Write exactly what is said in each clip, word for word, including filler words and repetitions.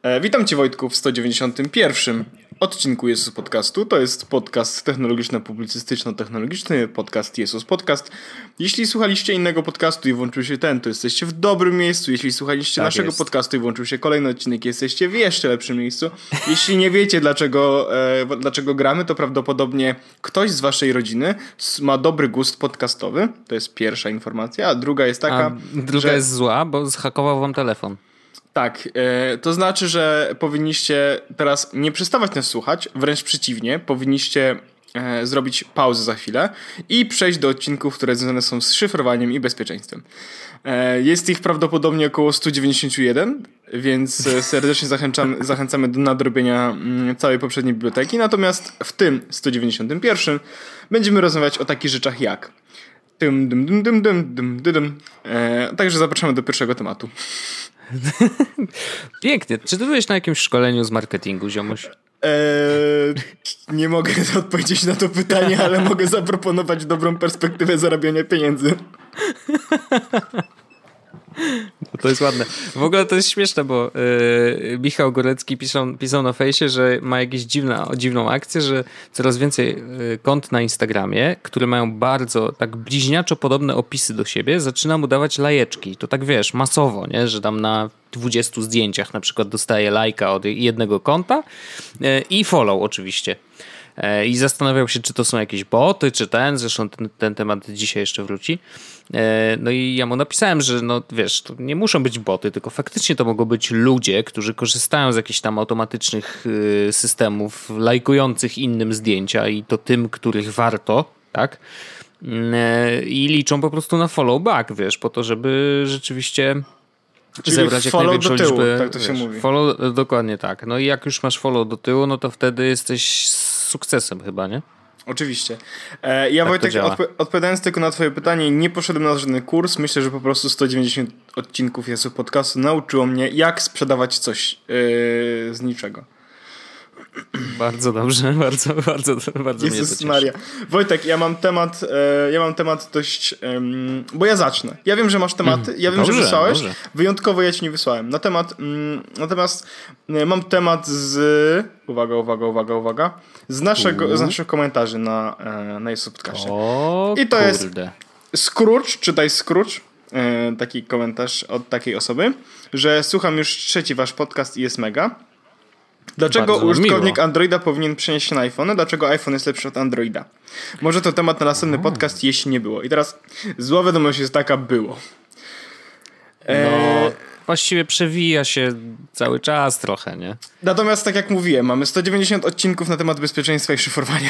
E, witam Cię, Wojtku, w sto dziewięćdziesiątym pierwszym odcinku Jezus Podcastu. To jest podcast technologiczno-publicystyczno-technologiczny, podcast Jezus Podcast. Jeśli słuchaliście innego podcastu i włączył się ten, to jesteście w dobrym miejscu. Jeśli słuchaliście tak naszego jest. podcastu i włączył się kolejny odcinek, jesteście w jeszcze lepszym miejscu. Jeśli nie wiecie, dlaczego, e, dlaczego gramy, to prawdopodobnie ktoś z waszej rodziny ma dobry gust podcastowy. To jest pierwsza informacja, a druga jest taka, a druga że... jest zła, bo zhakował wam telefon. Tak, e, to znaczy, że powinniście teraz nie przestawać nas słuchać, wręcz przeciwnie, powinniście e, zrobić pauzę za chwilę i przejść do odcinków, które związane są z szyfrowaniem i bezpieczeństwem. E, jest ich prawdopodobnie około sto dziewięćdziesiąt jeden, więc serdecznie zachęcamy, zachęcamy do nadrobienia mm, całej poprzedniej biblioteki, natomiast w tym sto dziewięćdziesiątym pierwszym będziemy rozmawiać o takich rzeczach jak dym, dym, dym, dym, dym, dym, dym, dym. E, Także zapraszamy do pierwszego tematu. Pięknie. Czy ty byłeś na jakimś szkoleniu z marketingu, ziomuś? Eee, nie mogę odpowiedzieć na to pytanie, ale mogę zaproponować dobrą perspektywę zarabiania pieniędzy. No to jest ładne. W ogóle to jest śmieszne, bo yy, Michał Górecki pisał, pisał na fejsie, że ma jakąś dziwna, dziwną akcję, że coraz więcej yy, kont na Instagramie, które mają bardzo tak bliźniaczo podobne opisy do siebie, zaczyna mu dawać lajeczki. To tak wiesz, masowo, nie? Że tam na dwudziestu zdjęciach na przykład dostaje lajka od jednego konta yy, i follow oczywiście. I zastanawiał się, czy to są jakieś boty, czy ten, zresztą ten, ten temat dzisiaj jeszcze wróci. No i ja mu napisałem, że no wiesz, to nie muszą być boty, tylko faktycznie to mogą być ludzie, którzy korzystają z jakichś tam automatycznych systemów lajkujących innym zdjęcia i to tym, których warto, tak? I liczą po prostu na follow back, wiesz, po to, żeby rzeczywiście... Czyli zebrać jak follow największą do tyłu, liczbę, tak to się wiesz, mówi. Follow, dokładnie tak. No i jak już masz follow do tyłu, no to wtedy jesteś z sukcesem chyba, nie? Oczywiście. E, ja tak Wojtek, odp- odpowiadając tylko na twoje pytanie, nie poszedłem na żaden kurs. Myślę, że po prostu sto dziewięćdziesiąt odcinków Jezu Podcastu nauczyło mnie, jak sprzedawać coś yy, z niczego. Bardzo dobrze, bardzo, bardzo, bardzo mnie to Jezus cieszy. Maria. Wojtek, ja mam temat, e, ja mam temat dość, um, bo ja zacznę. Ja wiem, że masz tematy, mm, ja wiem, dobrze, że wysłałeś, dobrze. Wyjątkowo ja ci nie wysłałem. Na temat, mm, natomiast e, mam temat z, uwaga, uwaga, uwaga, uwaga, z, naszego, z naszych komentarzy na, e, na Jezus Podcastie. O, i to kurde. jest Scrooge, czytaj Scrooge, e, taki komentarz od takiej osoby, że słucham już trzeci wasz podcast i jest mega. Dlaczego Bardzo użytkownik miło. Androida powinien przenieść się na iPhone? Dlaczego iPhone jest lepszy od Androida? Może to temat na następny podcast, jeśli nie było. I teraz zła wiadomość jest taka, było. E... No, właściwie przewija się cały czas trochę, nie? Natomiast tak jak mówiłem, mamy sto dziewięćdziesiąt odcinków na temat bezpieczeństwa i szyfrowania.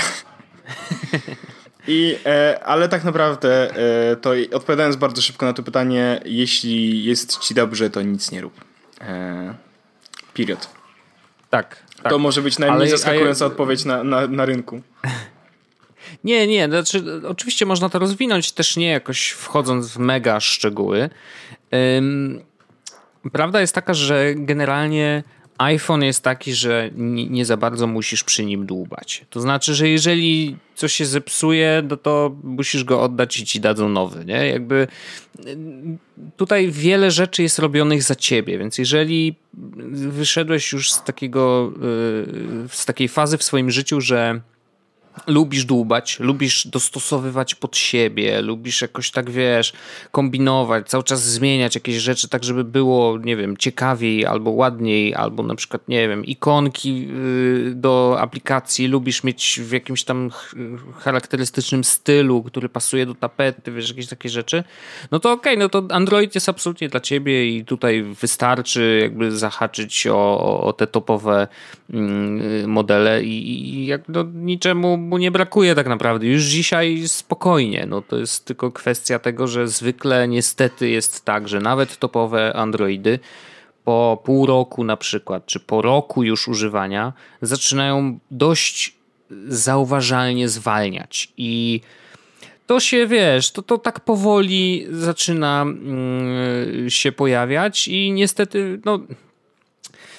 I, e, ale tak naprawdę e, to odpowiadając bardzo szybko na to pytanie, jeśli jest ci dobrze, to nic nie rób. E, period. Tak, tak. To może być najmniej ale, zaskakująca ale... odpowiedź na, na, na rynku. Nie, nie, znaczy oczywiście można to rozwinąć, też nie jakoś wchodząc w mega szczegóły. Ym, prawda jest taka, że generalnie iPhone jest taki, że nie, nie za bardzo musisz przy nim dłubać. To znaczy, że jeżeli coś się zepsuje, no to musisz go oddać i ci dadzą nowy, nie? Jakby tutaj wiele rzeczy jest robionych za ciebie, więc jeżeli wyszedłeś już z takiego, z takiej fazy w swoim życiu, że lubisz dłubać, lubisz dostosowywać pod siebie, lubisz jakoś tak, wiesz, kombinować, cały czas zmieniać jakieś rzeczy tak, żeby było, nie wiem, ciekawiej albo ładniej, albo na przykład, nie wiem, ikonki do aplikacji lubisz mieć w jakimś tam charakterystycznym stylu, który pasuje do tapety, wiesz, jakieś takie rzeczy, no to okej, okay, no to Android jest absolutnie dla ciebie i tutaj wystarczy jakby zahaczyć o, o te topowe modele i, i jak no, niczemu mu nie brakuje tak naprawdę. Już dzisiaj spokojnie. No to jest tylko kwestia tego, że zwykle niestety jest tak, że nawet topowe Androidy po pół roku na przykład, czy po roku już używania zaczynają dość zauważalnie zwalniać i to się, wiesz, to, to tak powoli zaczyna mm, się pojawiać i niestety, no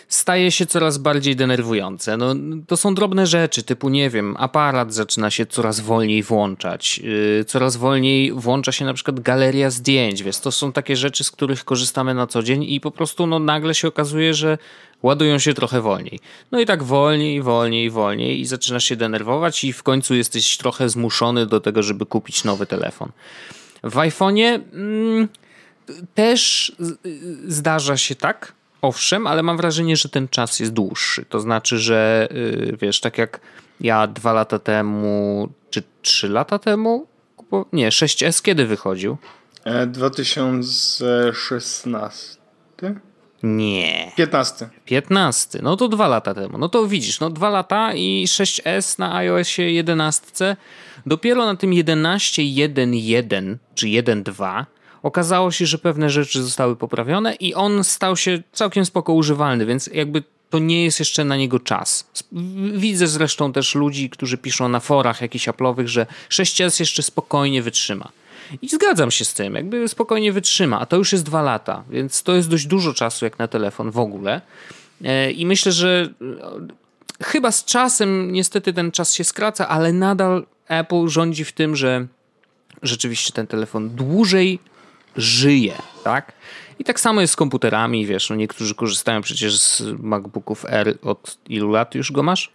staje się coraz bardziej denerwujące. No, to są drobne rzeczy, typu nie wiem, aparat zaczyna się coraz wolniej włączać, yy, coraz wolniej włącza się na przykład galeria zdjęć, więc to są takie rzeczy, z których korzystamy na co dzień i po prostu no, nagle się okazuje, że ładują się trochę wolniej. No i tak wolniej, wolniej, wolniej i zaczynasz się denerwować i w końcu jesteś trochę zmuszony do tego, żeby kupić nowy telefon. W iPhone'ie mm, też zdarza się tak, owszem, ale mam wrażenie, że ten czas jest dłuższy. To znaczy, że yy, wiesz, tak jak ja dwa lata temu, czy trzy lata temu, kupo... nie, sześć S kiedy wychodził? E, dwa tysiące szesnasty? Nie. piętnasty. piętnasty. No to dwa lata temu. No to widzisz, no dwa lata i sześć S na iOSie jedenaście. Dopiero na tym jedenaście jeden jeden czy jeden dwa okazało się, że pewne rzeczy zostały poprawione i on stał się całkiem spoko używalny, więc jakby to nie jest jeszcze na niego czas. Widzę zresztą też ludzi, którzy piszą na forach jakichś Apple'owych, że sześć S jeszcze spokojnie wytrzyma. I zgadzam się z tym, jakby spokojnie wytrzyma, a to już jest dwa lata, więc to jest dość dużo czasu jak na telefon w ogóle. I myślę, że chyba z czasem niestety ten czas się skraca, ale nadal Apple rządzi w tym, że rzeczywiście ten telefon dłużej żyje, tak? I tak samo jest z komputerami, wiesz, no niektórzy korzystają przecież z MacBooków Air od ilu lat już go masz?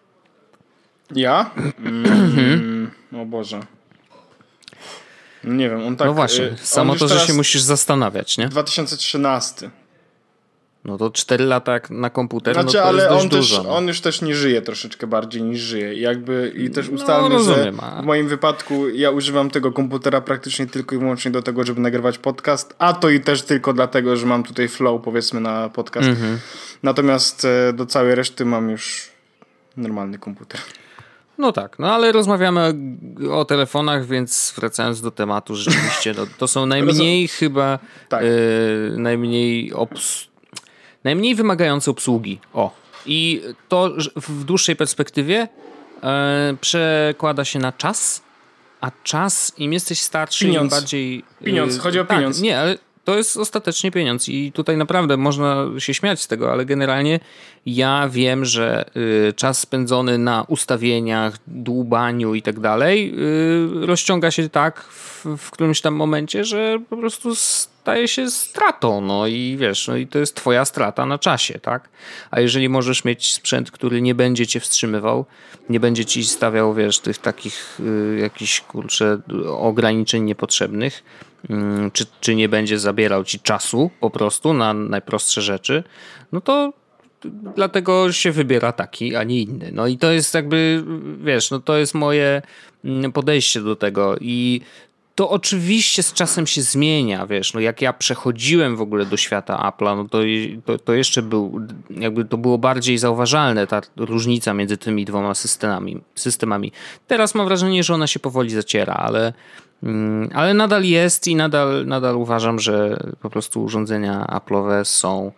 Ja? Mm, o Boże. Nie wiem, on tak... No właśnie, samo to, że się musisz zastanawiać, nie? dwa tysiące trzynasty. No to cztery lata jak na komputer, znaczy, no to ale jest dość on dużo. Też, no. on już też nie żyje troszeczkę bardziej niż żyje. I jakby i też ustalmy, no, rozumiem, że a... w moim wypadku ja używam tego komputera praktycznie tylko i wyłącznie do tego, żeby nagrywać podcast, a to i też tylko dlatego, że mam tutaj flow, powiedzmy, na podcast. Mhm. Natomiast do całej reszty mam już normalny komputer. No tak, no ale rozmawiamy o, o telefonach, więc wracając do tematu, rzeczywiście no, to są najmniej Rozum- chyba tak. y, najmniej obs- najmniej wymagające obsługi. O. I to w dłuższej perspektywie y, przekłada się na czas, a czas im jesteś starszy, pieniądz. im bardziej... Y, pieniądz, chodzi o tak, pieniądz. Nie, ale to jest ostatecznie pieniądz i tutaj naprawdę można się śmiać z tego, ale generalnie ja wiem, że y, czas spędzony na ustawieniach, dłubaniu i tak dalej y, rozciąga się tak w, w którymś tam momencie, że po prostu staje się stratą, no i wiesz, no i to jest twoja strata na czasie, tak? A jeżeli możesz mieć sprzęt, który nie będzie cię wstrzymywał, nie będzie ci stawiał, wiesz, tych takich y, jakichś, kurczę, ograniczeń niepotrzebnych, Czy, czy nie będzie zabierał ci czasu po prostu na najprostsze rzeczy, no to dlatego się wybiera taki, a nie inny. No i to jest jakby, wiesz, no to jest moje podejście do tego i to oczywiście z czasem się zmienia, wiesz, no jak ja przechodziłem w ogóle do świata Apple'a, no to, to, to jeszcze był, jakby to było bardziej zauważalne, ta różnica między tymi dwoma systemami. systemami. Teraz mam wrażenie, że ona się powoli zaciera, ale Ale nadal jest i nadal, nadal uważam, że po prostu urządzenia Apple'owe są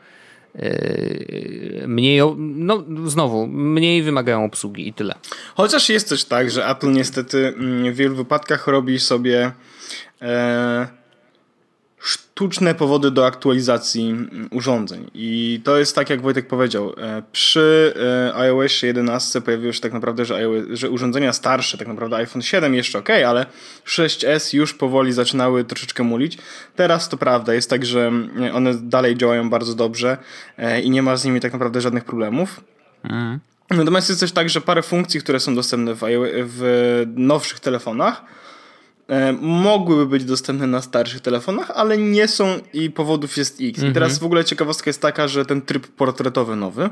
yy, mniej, no znowu, mniej wymagają obsługi i tyle. Chociaż jest też tak, że Apple niestety w wielu wypadkach robi sobie e, sztuczne powody do aktualizacji urządzeń. I to jest tak, jak Wojtek powiedział. Przy iOSie jedenaście pojawiło się tak naprawdę, że, iOS, że urządzenia starsze, tak naprawdę iPhone siedem jeszcze ok, ale sześć S już powoli zaczynały troszeczkę mulić. Teraz to prawda, jest tak, że one dalej działają bardzo dobrze i nie ma z nimi tak naprawdę żadnych problemów. Mhm. Natomiast jest też tak, że parę funkcji, które są dostępne w, iOS, w nowszych telefonach, mogłyby być dostępne na starszych telefonach, ale nie są i powodów jest X. Mm-hmm. I teraz w ogóle ciekawostka jest taka, że ten tryb portretowy nowy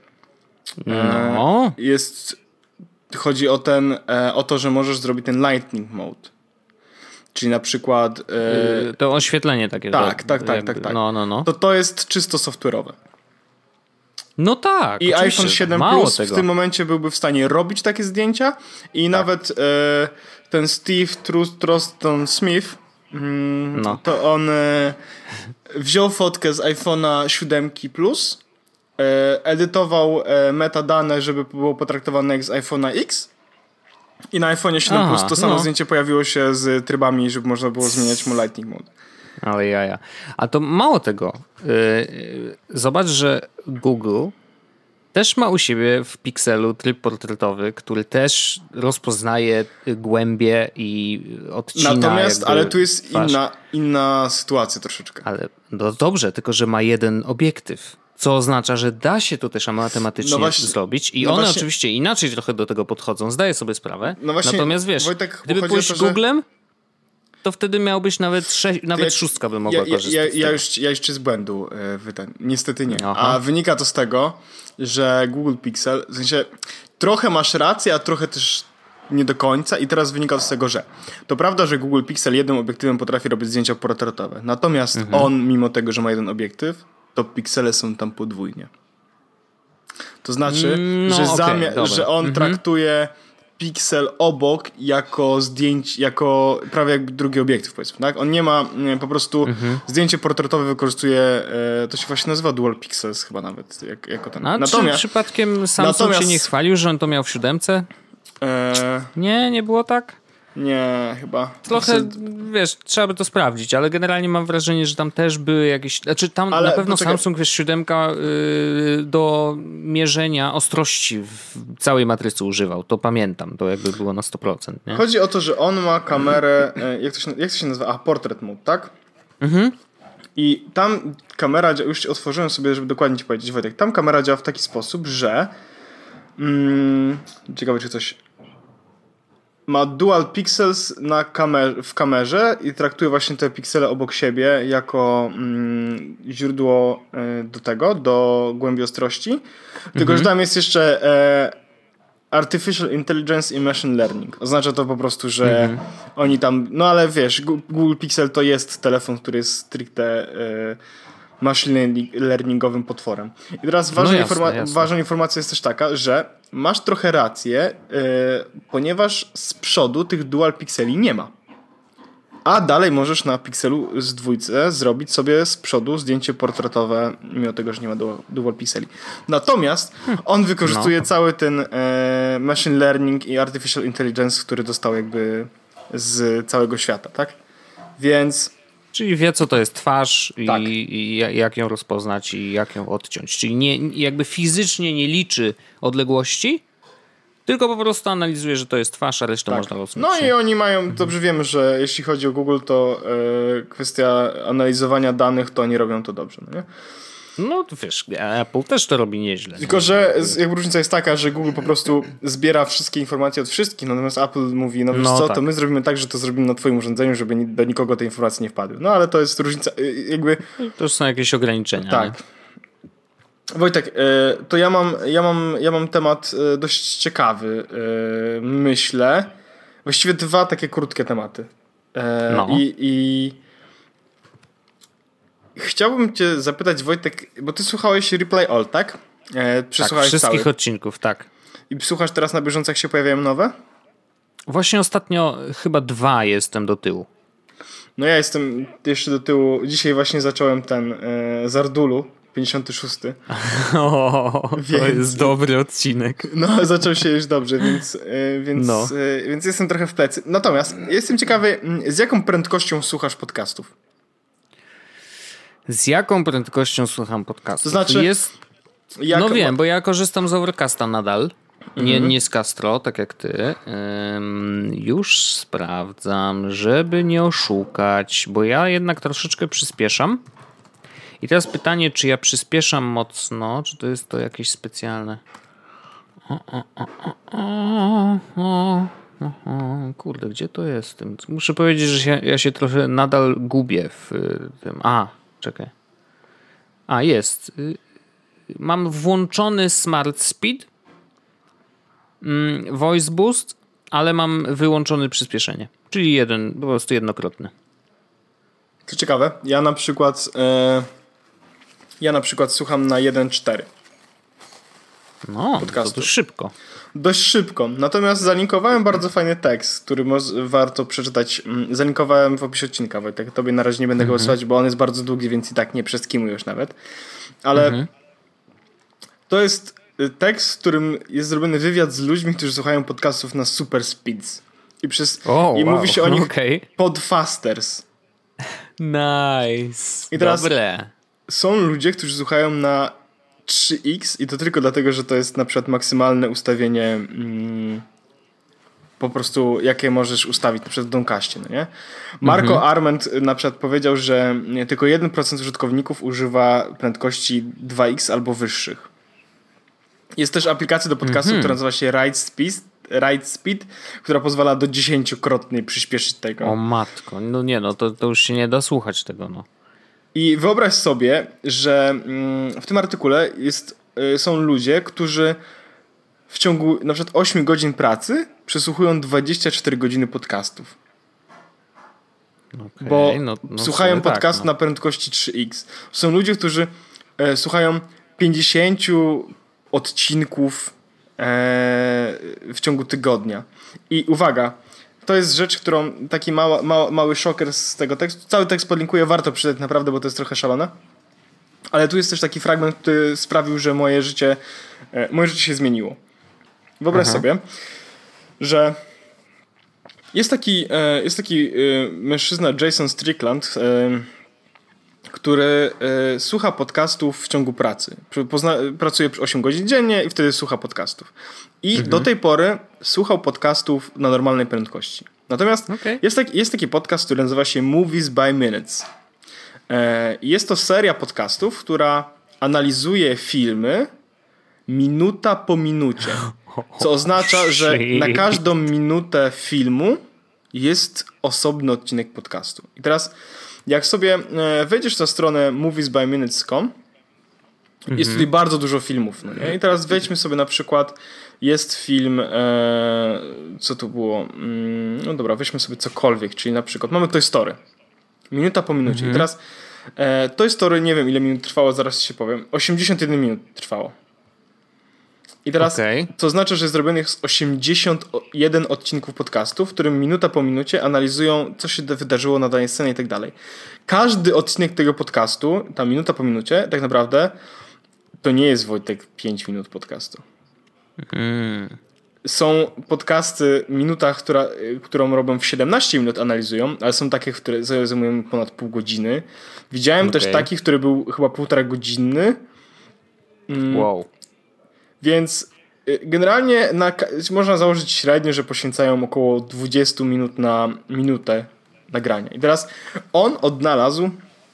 no. jest, chodzi o ten, o to, że możesz zrobić ten lightning mode. Czyli na przykład yy, to oświetlenie takie. Tak, tak, tak, tak, tak. No, no, no. To to jest czysto software'owe. No tak. I iPhone siedem Plus w tym momencie byłby w stanie robić takie zdjęcia i tak. nawet e, ten Steve Truston Smith mm, no. to on e, wziął fotkę z iPhone'a siedem Plus, e, edytował e, metadane, żeby było potraktowane jak z iPhone'a X i na iPhone'ie siedem Aha, Plus to samo no. zdjęcie pojawiło się z trybami, żeby można było zmieniać mu Lightning Mode. Ale jaja. A to mało tego. Yy, zobacz, że Google też ma u siebie w Pixelu tryb portretowy, który też rozpoznaje głębie i odcina. Natomiast, jakby ale tu jest twarz. inna, inna sytuacja troszeczkę. Ale no dobrze, tylko że ma jeden obiektyw. Co oznacza, że da się to też matematycznie No właśnie- zrobić i no one właśnie- oczywiście inaczej trochę do tego podchodzą, zdaję sobie sprawę. No właśnie, Natomiast wiesz, Wojtek, gdyby chodzi o pójść to, że- Googlem, to wtedy miałbyś nawet, sze- nawet Ja- szóstka by mogła ja, ja, korzystać ja, z ja, tego. już, ja jeszcze z błędu yy, wyten. Niestety nie. Aha. A wynika to z tego, że Google Pixel, w sensie trochę masz rację, a trochę też nie do końca i teraz wynika to z tego, że to prawda, że Google Pixel jednym obiektywem potrafi robić zdjęcia portretowe. Natomiast Mhm. on, mimo tego, że ma jeden obiektyw, to piksele są tam podwójnie. To znaczy, Mm, no, że, okej, zamia- dobra. że on Mhm. traktuje piksel obok jako zdjęć, jako prawie jak drugi obiektyw, powiedzmy, tak? On nie ma nie, po prostu Mhm. zdjęcie portretowe wykorzystuje, e, to się właśnie nazywa dual pixels chyba nawet, jak, jako ten. A Natomiast, czy przypadkiem Samsung natomiast- się nie chwalił, że on to miał w siódemce? e, Nie, nie było tak? nie, chyba. Trochę, Pixel- wiesz, trzeba by to sprawdzić, ale generalnie mam wrażenie, że tam też były jakieś... Znaczy tam Ale na pewno poczekaj. Samsung, wiesz, siódemka yy, do mierzenia ostrości w całej matrycy używał. To pamiętam, to jakby było na sto procent, nie? Chodzi o to, że on ma kamerę, e, jak to się, jak to się nazywa? A, portrait mode, tak? Mhm. I tam kamera, dzia- już otworzyłem sobie, żeby dokładnie ci powiedzieć, Wojtek, tam kamera działa w taki sposób, że mm, ciekawe, czy coś ma dual pixels na kamer- w kamerze i traktuje właśnie te piksele obok siebie jako mm, źródło e, do tego, do głębi ostrości. Tylko, że tam jest jeszcze e, Artificial Intelligence i Machine Learning. Oznacza to po prostu, że Mhm. oni tam... No ale wiesz, Gu- Google Pixel to jest telefon, który jest stricte e, machine learning- learningowym potworem. I teraz ważna, jasne, informa- jasne. ważna informacja jest też taka, że masz trochę rację, e, ponieważ z przodu tych dual pixeli nie ma. A dalej możesz na Pixelu z dwójce zrobić sobie z przodu zdjęcie portretowe, mimo tego, że nie ma dual, dual pixeli. Natomiast on wykorzystuje No. cały ten e, machine learning i artificial intelligence, który dostał jakby z całego świata, tak? Więc Czyli wie, co to jest twarz i, Tak. i ja- jak ją rozpoznać i jak ją odciąć. Czyli nie, jakby fizycznie nie liczy odległości, tylko po prostu analizuje, że to jest twarz, a resztę tak. można rozpoznać. No i oni mają, dobrze wiemy, że jeśli chodzi o Google, to e, kwestia analizowania danych, to oni robią to dobrze, no nie? No to wiesz, Apple też to robi nieźle. Tylko, że z- jakby różnica jest taka, że Google po prostu zbiera wszystkie informacje od wszystkich, natomiast Apple mówi, no wiesz No co, tak. to my zrobimy tak, że to zrobimy na twoim urządzeniu, żeby ni- do nikogo te informacje nie wpadły. No ale to jest różnica, y, jakby, To już są jakieś ograniczenia. tak. Wojtek, y, to ja mam, ja mam, ja mam temat y, dość ciekawy, y, myślę. Właściwie dwa takie krótkie tematy. E, No. I, i chciałbym cię zapytać, Wojtek, bo ty słuchałeś Replay All, tak? E, Tak, przesłuchałeś wszystkich cały. odcinków, tak. I słuchasz teraz na bieżąco, jak się pojawiają nowe? Właśnie ostatnio chyba dwa jestem do tyłu. No ja jestem jeszcze do tyłu. Dzisiaj właśnie zacząłem ten e, Zardulu, pięćdziesiąty szósty. O, to Więc- jest dobry odcinek. No, zaczął się już dobrze, więc, e, więc, No. e, więc jestem trochę w plecy. Natomiast jestem ciekawy, m, z jaką prędkością słuchasz podcastów? Z jaką prędkością słucham podcastu? To znaczy, jest... Jak No wiem, bo ja korzystam z Overcasta nadal. Nie, Mhm. nie z Castro, tak jak ty. Ym, już sprawdzam, żeby nie oszukać, bo ja jednak troszeczkę przyspieszam. I teraz pytanie, czy ja przyspieszam mocno, czy to jest to jakieś specjalne... O, o, o, o, o, o, o, o. Kurde, gdzie to jest? Muszę powiedzieć, że się, ja się trochę nadal gubię w y, tym... A, czekaj. A, jest. Y, Mam włączony Smart Speed, mm, Voice Boost, ale mam wyłączony przyspieszenie. Czyli jeden, po prostu jednokrotny. To ciekawe. Ja na przykład e, ja na przykład słucham na jeden cztery. No, to Podcastu. dość szybko. Dość szybko. Natomiast zalinkowałem bardzo fajny tekst, który moz- warto przeczytać. Mm, Zalinkowałem w opisie odcinka, Wojtek. Tobie na razie nie będę go wysłać, bo on jest bardzo długi, więc i tak nie przeskimuję już nawet. Ale Mhm. to jest y, tekst, w którym jest zrobiony wywiad z ludźmi, którzy słuchają podcastów na super speeds. I, przez, O, i wow. mówi się o nich Okej. podfasters. Nice. I teraz- Dobre. Są ludzie, którzy słuchają na trzy iks i to tylko dlatego, że to jest na przykład maksymalne ustawienie mm, po prostu jakie możesz ustawić na przykład w Domcaście, no nie? Marco mhm. Arment na przykład powiedział, że tylko jeden procent użytkowników używa prędkości dwa iks albo wyższych. Jest też aplikacja do podcastu, mhm. która nazywa się Ride Speed, Ride Speed, która pozwala do dziesięciokrotnie przyspieszyć tego. O matko, no nie no, to, to już się nie da słuchać tego, no. I wyobraź sobie, że w tym artykule jest, są ludzie, którzy w ciągu na przykład osiem godzin pracy przesłuchują dwadzieścia cztery godziny podcastów. Okay, bo no, no słuchają podcastu tak, no. na prędkości trzy iks. Są ludzie, którzy e, słuchają pięćdziesiąt odcinków e, w ciągu tygodnia. I uwaga, to jest rzecz, którą taki mała, mała, mały szoker z tego tekstu. Cały tekst podlinkuję, warto przeczytać naprawdę, bo to jest trochę szalone. Ale tu jest też taki fragment, który sprawił, że moje życie, e, moje życie się zmieniło. Wyobraź Aha. sobie, że jest taki, e, jest taki e, mężczyzna Jason Strickland, e, który e, słucha podcastów w ciągu pracy. Pozna, pracuje osiem godzin dziennie i wtedy słucha podcastów. I mhm. do tej pory słuchał podcastów na normalnej prędkości. Natomiast okay. jest, taki, jest taki podcast, który nazywa się Movies by Minutes. E, jest to seria podcastów, która analizuje filmy minuta po minucie. Co oznacza, że na każdą minutę filmu jest osobny odcinek podcastu. I teraz jak sobie wejdziesz na stronę movies by minutes kropka com, mm-hmm. jest tutaj bardzo dużo filmów. No nie? I teraz wejdźmy sobie na przykład, jest film, e, co to było? Mm, no dobra, weźmy sobie cokolwiek, czyli na przykład mamy Toy Story. Minuta po minucie. Mm-hmm. I teraz e, Toy Story, nie wiem ile minut trwało, zaraz ci się powiem. osiemdziesiąt jeden minut trwało. I teraz okay. to znaczy, że zrobionych jest osiemdziesiąt jeden odcinków podcastu, w którym minuta po minucie analizują, co się wydarzyło na danej scenie i tak dalej. Każdy odcinek tego podcastu, ta minuta po minucie, tak naprawdę to nie jest, Wojtek, pięć minut podcastu. Mm. Są podcasty, minuta, która, którą robią w siedemnaście minut analizują, ale są takie, które zajmują ponad pół godziny. Widziałem okay. też takich, który był chyba półtora godzinny. Mm. Wow. Więc generalnie na, można założyć średnio, że poświęcają około dwadzieścia minut na minutę nagrania. I teraz on odnalazł,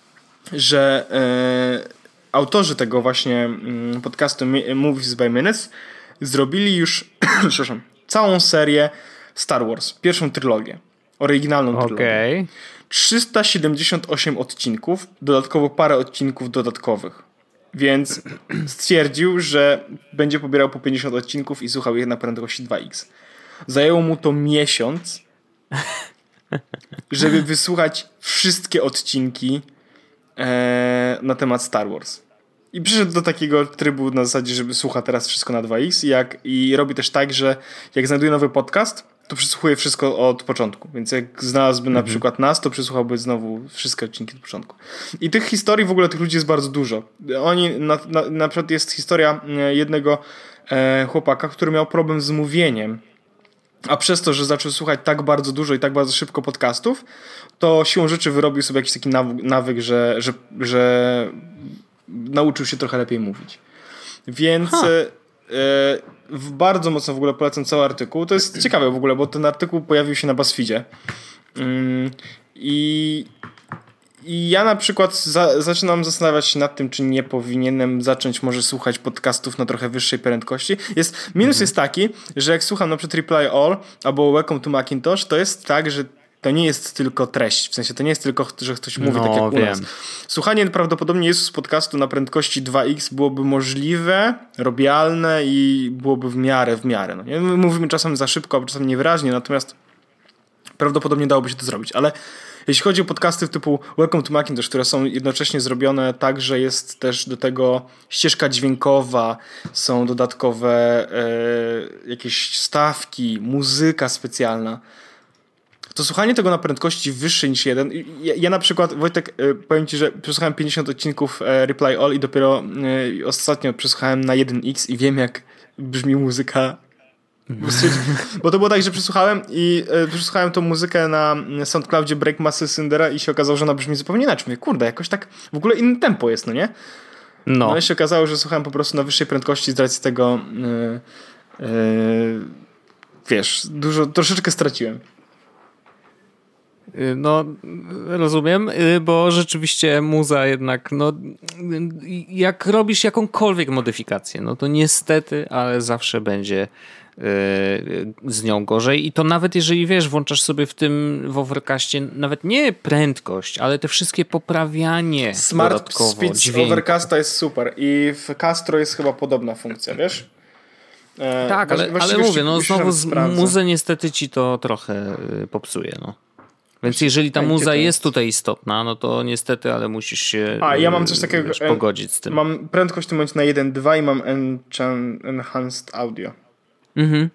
że e, autorzy tego właśnie m, podcastu Movies by Minutes zrobili już przepraszam, całą serię Star Wars, pierwszą trylogię, oryginalną trylogię. Okay. trzysta siedemdziesiąt osiem odcinków, dodatkowo parę odcinków dodatkowych. Więc stwierdził, że będzie pobierał po pięćdziesiąt odcinków i słuchał je na prędkości dwa iks. Zajęło mu to miesiąc, żeby wysłuchać wszystkie odcinki e, na temat Star Wars. I przyszedł do takiego trybu na zasadzie, żeby słucha teraz wszystko na dwa iks i, jak, i robi też tak, że jak znajduje nowy podcast, to przesłuchuje wszystko od początku. Więc jak znalazłby mhm. na przykład nas, to przesłuchałby znowu wszystkie odcinki od początku. I tych historii w ogóle tych ludzi jest bardzo dużo. Oni, na, na, na przykład jest historia jednego e, chłopaka, który miał problem z mówieniem. A przez to, że zaczął słuchać tak bardzo dużo i tak bardzo szybko podcastów, to siłą rzeczy wyrobił sobie jakiś taki nawyk, nawyk że, że, że nauczył się trochę lepiej mówić. Więc... Huh. E, bardzo mocno w ogóle polecam cały artykuł. To jest ciekawe w ogóle, bo ten artykuł pojawił się na BuzzFeedzie. Ym, i, I ja na przykład za, zaczynam zastanawiać się nad tym, czy nie powinienem zacząć może słuchać podcastów na trochę wyższej prędkości. Jest, minus mhm. jest taki, że jak słucham na przykład Reply All albo Welcome to Macintosh, to jest tak, że to nie jest tylko treść. W sensie to nie jest tylko, że ktoś mówi no, tak jak wiem. u nas. Słuchanie prawdopodobnie jest z podcastu na prędkości dwa iks byłoby możliwe, robialne i byłoby w miarę, w miarę. No nie? My mówimy czasem za szybko, a czasem niewyraźnie, natomiast prawdopodobnie dałoby się to zrobić. Ale jeśli chodzi o podcasty typu Welcome to Macintosh, które są jednocześnie zrobione tak, że jest też do tego ścieżka dźwiękowa, są dodatkowe e, jakieś stawki, muzyka specjalna, to słuchanie tego na prędkości wyższej niż jeden. Ja, ja na przykład, Wojtek, powiem ci, że przesłuchałem pięćdziesiąt odcinków Reply All i dopiero ostatnio przesłuchałem na jeden iks i wiem, jak brzmi muzyka. Bo to było tak, że przesłuchałem i przesłuchałem tą muzykę na SoundCloudzie Break Massy Syndera i się okazało, że ona brzmi zupełnie inaczej. Mówię, kurde, jakoś tak w ogóle inne tempo jest, no nie? No. no ale się okazało, że słuchałem po prostu na wyższej prędkości z racji tego yy, yy, wiesz, dużo, troszeczkę straciłem. No, rozumiem, bo rzeczywiście muza jednak, no, jak robisz jakąkolwiek modyfikację, no to niestety, ale zawsze będzie z nią gorzej i to nawet jeżeli, wiesz, włączasz sobie w tym, w Overcastie nawet nie prędkość, ale te wszystkie poprawianie Smart dodatkowo Speed z dźwięku. Overcasta jest super i w Castro jest chyba podobna funkcja, wiesz? E, tak, ale, ale mówię, no znowu z muzę niestety ci to trochę popsuje, no. Więc jeżeli ta muza jest tutaj istotna, no to niestety, ale musisz się A, ja mam coś takiego, wiesz, pogodzić z tym. Mam prędkość w tym momencie na jeden dwa i mam Enhanced Audio. Mhm.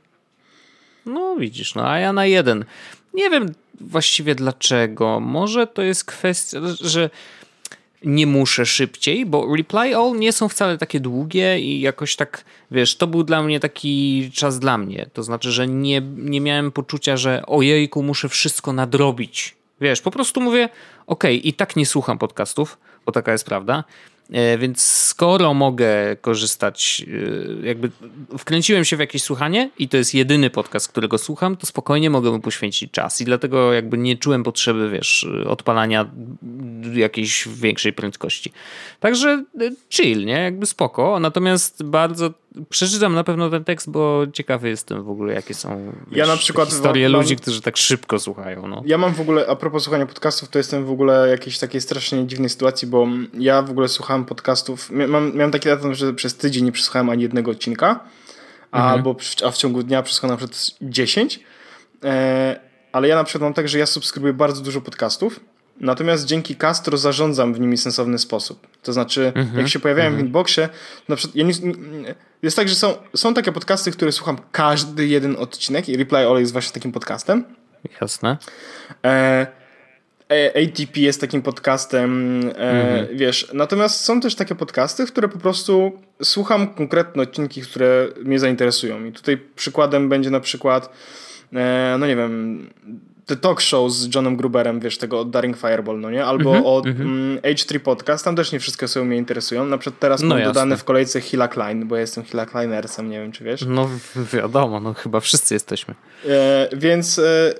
No widzisz, no a ja na jeden. Nie wiem właściwie dlaczego. Może to jest kwestia, że nie muszę szybciej, bo reply all nie są wcale takie długie i jakoś tak, wiesz, to był dla mnie taki czas dla mnie. To znaczy, że nie, nie miałem poczucia, że ojejku, muszę wszystko nadrobić. Wiesz, po prostu mówię, okej, okay, i tak nie słucham podcastów, bo taka jest prawda. Więc skoro mogę korzystać, jakby wkręciłem się w jakieś słuchanie i to jest jedyny podcast, którego słucham, to spokojnie mogę mu poświęcić czas i dlatego jakby nie czułem potrzeby, wiesz, odpalania jakiejś większej prędkości. Także chill, nie? Jakby spoko, natomiast bardzo przeczytam na pewno ten tekst, bo ciekawy jestem w ogóle, jakie są wiesz, ja na przykład historie mam, ludzi, którzy tak szybko słuchają. No. Ja mam w ogóle, a propos słuchania podcastów, to jestem w ogóle jakiejś takiej strasznie dziwnej sytuacji, bo ja w ogóle słuchałem podcastów, mam, miałem taki lat, że przez tydzień nie przesłuchałem ani jednego odcinka, mhm. albo a w ciągu dnia przesłuchałem na przykład dziesięć, e, ale ja na przykład mam tak, że ja subskrybuję bardzo dużo podcastów, natomiast dzięki Castro zarządzam w nimi w sensowny sposób. To znaczy, mm-hmm, jak się pojawiają mm-hmm. w inboxie, na przykład ja nie, nie, jest tak, że są, są takie podcasty, które słucham każdy jeden odcinek i Reply All jest właśnie takim podcastem. Jasne. E, A T P jest takim podcastem, e, mm-hmm. wiesz. Natomiast są też takie podcasty, w które po prostu słucham konkretne odcinki, które mnie zainteresują. I tutaj przykładem będzie na przykład, e, no nie wiem... The Talk Show z Johnem Gruberem, wiesz, tego od Daring Fireball, no nie? Albo mm-hmm, od mm, H trzy Podcast, tam też nie wszystkie osoby mnie interesują. Na przykład teraz no mam jasne. dodane w kolejce Hilla Klein, bo ja jestem Hilla Kleinersem, nie wiem, czy wiesz. No wiadomo, no chyba wszyscy jesteśmy. E, więc e,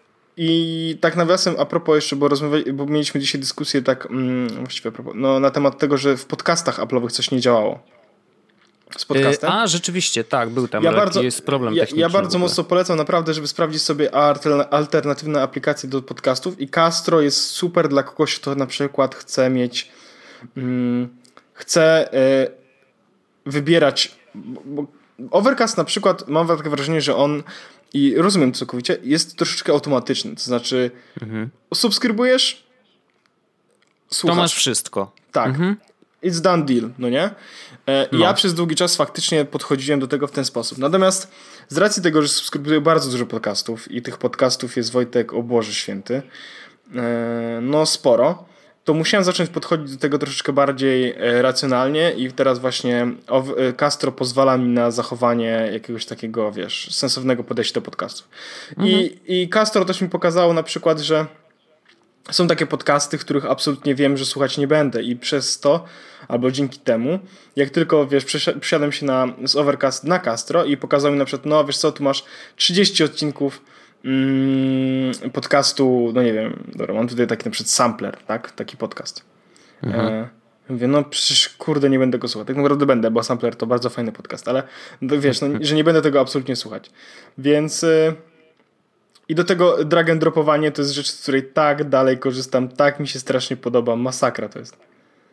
i tak nawiasem, a propos jeszcze, bo, rozmawiali, bo mieliśmy dzisiaj dyskusję tak, mm, właściwie a propos, no, na temat tego, że w podcastach Apple'owych coś nie działało. Z podcastem. A, rzeczywiście, tak, był tam ja bardzo, jest problem ja, techniczny. Ja bardzo mocno polecam naprawdę, żeby sprawdzić sobie alternatywne aplikacje do podcastów i Castro jest super dla kogoś, kto na przykład chce mieć hmm, chce y, wybierać bo Overcast na przykład, mam takie wrażenie, że on i rozumiem to całkowicie, jest troszeczkę automatyczny, to znaczy mhm. subskrybujesz, słuchasz. To masz wszystko. Tak. Mhm. It's done deal, no nie? E, no. Ja przez długi czas faktycznie podchodziłem do tego w ten sposób. Natomiast z racji tego, że subskrybuję bardzo dużo podcastów i tych podcastów jest, Wojtek, o Boże Święty, e, no sporo, to musiałem zacząć podchodzić do tego troszeczkę bardziej e, racjonalnie i teraz właśnie o, e, Castro pozwala mi na zachowanie jakiegoś takiego, wiesz, sensownego podejścia do podcastów. Mhm. I, I Castro też mi pokazało na przykład, że są takie podcasty, których absolutnie wiem, że słuchać nie będę i przez to, albo dzięki temu, jak tylko, wiesz, przesiadłem się na, z Overcast na Castro i pokazał mi na przykład, no wiesz co, tu masz trzydzieści odcinków mm, podcastu, no nie wiem, dobra, mam tutaj taki na przykład sampler, tak, taki podcast. Mhm. E, mówię, no przecież kurde, nie będę go słuchać. Tak naprawdę będę, bo sampler to bardzo fajny podcast, ale no, wiesz, no, że nie będę tego absolutnie słuchać. Więc... Y- I do tego drag and dropowanie to jest rzecz, z której tak dalej korzystam, tak mi się strasznie podoba, masakra to jest.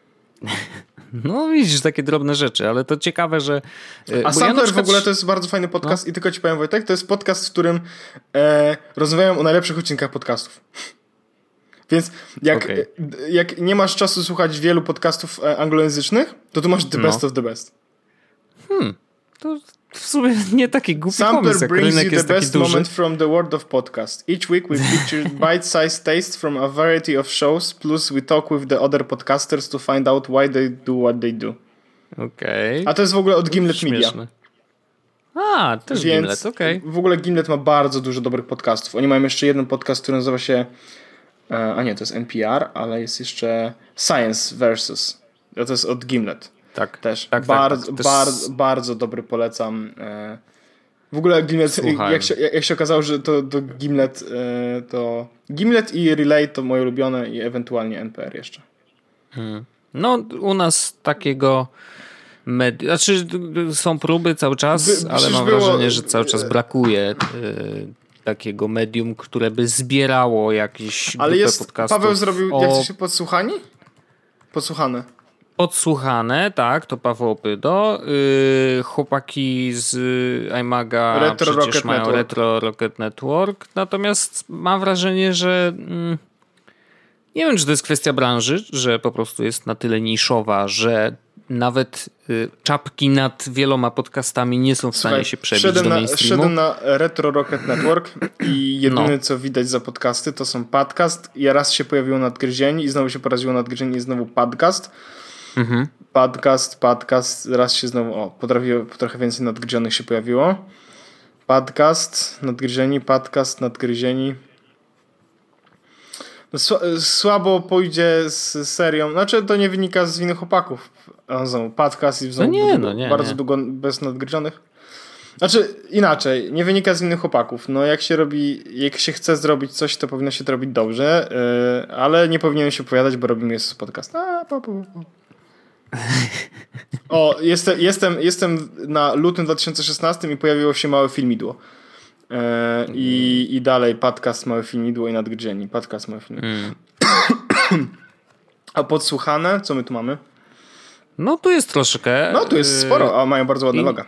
No widzisz, takie drobne rzeczy, ale to ciekawe, że... A Sampler ja przykład... w ogóle to jest bardzo fajny podcast no. i tylko ci powiem, Wojtek, to jest podcast, w którym e, rozmawiają o najlepszych odcinkach podcastów. Więc jak, okay. jak nie masz czasu słuchać wielu podcastów anglojęzycznych, to tu masz the best no. of the best. Hmm, to... W sumie nie taki głupi Sampler pomysł, jak brings you jest the best duży. moment from the world of podcast. Each week we feature bite-sized tastes from a variety of shows, plus we talk with the other podcasters to find out why they do what they do. Okej. Okay. A to jest w ogóle od Gimlet Śmieszne. Media. A, też Więc Gimlet, okej. Okay. W ogóle Gimlet ma bardzo dużo dobrych podcastów. Oni mają jeszcze jeden podcast, który nazywa się a nie, to jest N P R, ale jest jeszcze Science versus. To jest od Gimlet. tak. Też. Tak, bardzo, tak, tak. bardzo, Jest... bardzo dobry, polecam. W ogóle Gimlet, jak się, jak się okazało, że to, to Gimlet to Gimlet i Relay to moje ulubione i ewentualnie N P R jeszcze. Hmm. No u nas takiego Medi- znaczy są próby cały czas, By, ale mam było... wrażenie, że cały czas brakuje y, takiego medium, które by zbierało jakiś ale grupę jest, podcastów. Paweł zrobił, o... jak to się podsłuchani? Podsłuchane. Podsłuchane, tak, to Paweł Opydo. Yy, chłopaki z iMaga Retro przecież Rocket mają Network. Retro Rocket Network, natomiast mam wrażenie, że mm, nie wiem, czy to jest kwestia branży, że po prostu jest na tyle niszowa, że nawet y, czapki nad wieloma podcastami nie są w stanie Słuchaj, się przebić do mainstreamu. Szedłem na Retro Rocket Network i jedyne no. co widać za podcasty to są podcast i raz się pojawiło Nadgryzieni i znowu się pojawiło Nadgryzieni i znowu podcast. Mhm. Podcast, podcast, raz się znowu, o, potrafiło, trochę więcej Nadgryzionych się pojawiło. Podcast, Nadgryzieni, podcast, Nadgryzieni. Słabo pójdzie z serią. Znaczy to nie wynika z winy chłopaków. Znowu podcast i znowu no nie, no nie, bardzo nie. długo bez nadgryzionych. Znaczy inaczej, nie wynika z innych chłopaków. No jak się robi, jak się chce zrobić coś, to powinno się to robić dobrze, yy, ale nie powinienem się opowiadać, bo robimy jest podcast. A, po, po, po. O, jestem, jestem, jestem na lutym dwa tysiące szesnastym i pojawiło się małe filmidło. Yy, i, I dalej podcast Małe Filmidło i Nadgryzieni. Podcast Małe Filmidło. Mm. A podsłuchane? Co my tu mamy? No tu jest troszkę. No tu jest sporo, a mają bardzo ładne I... loga.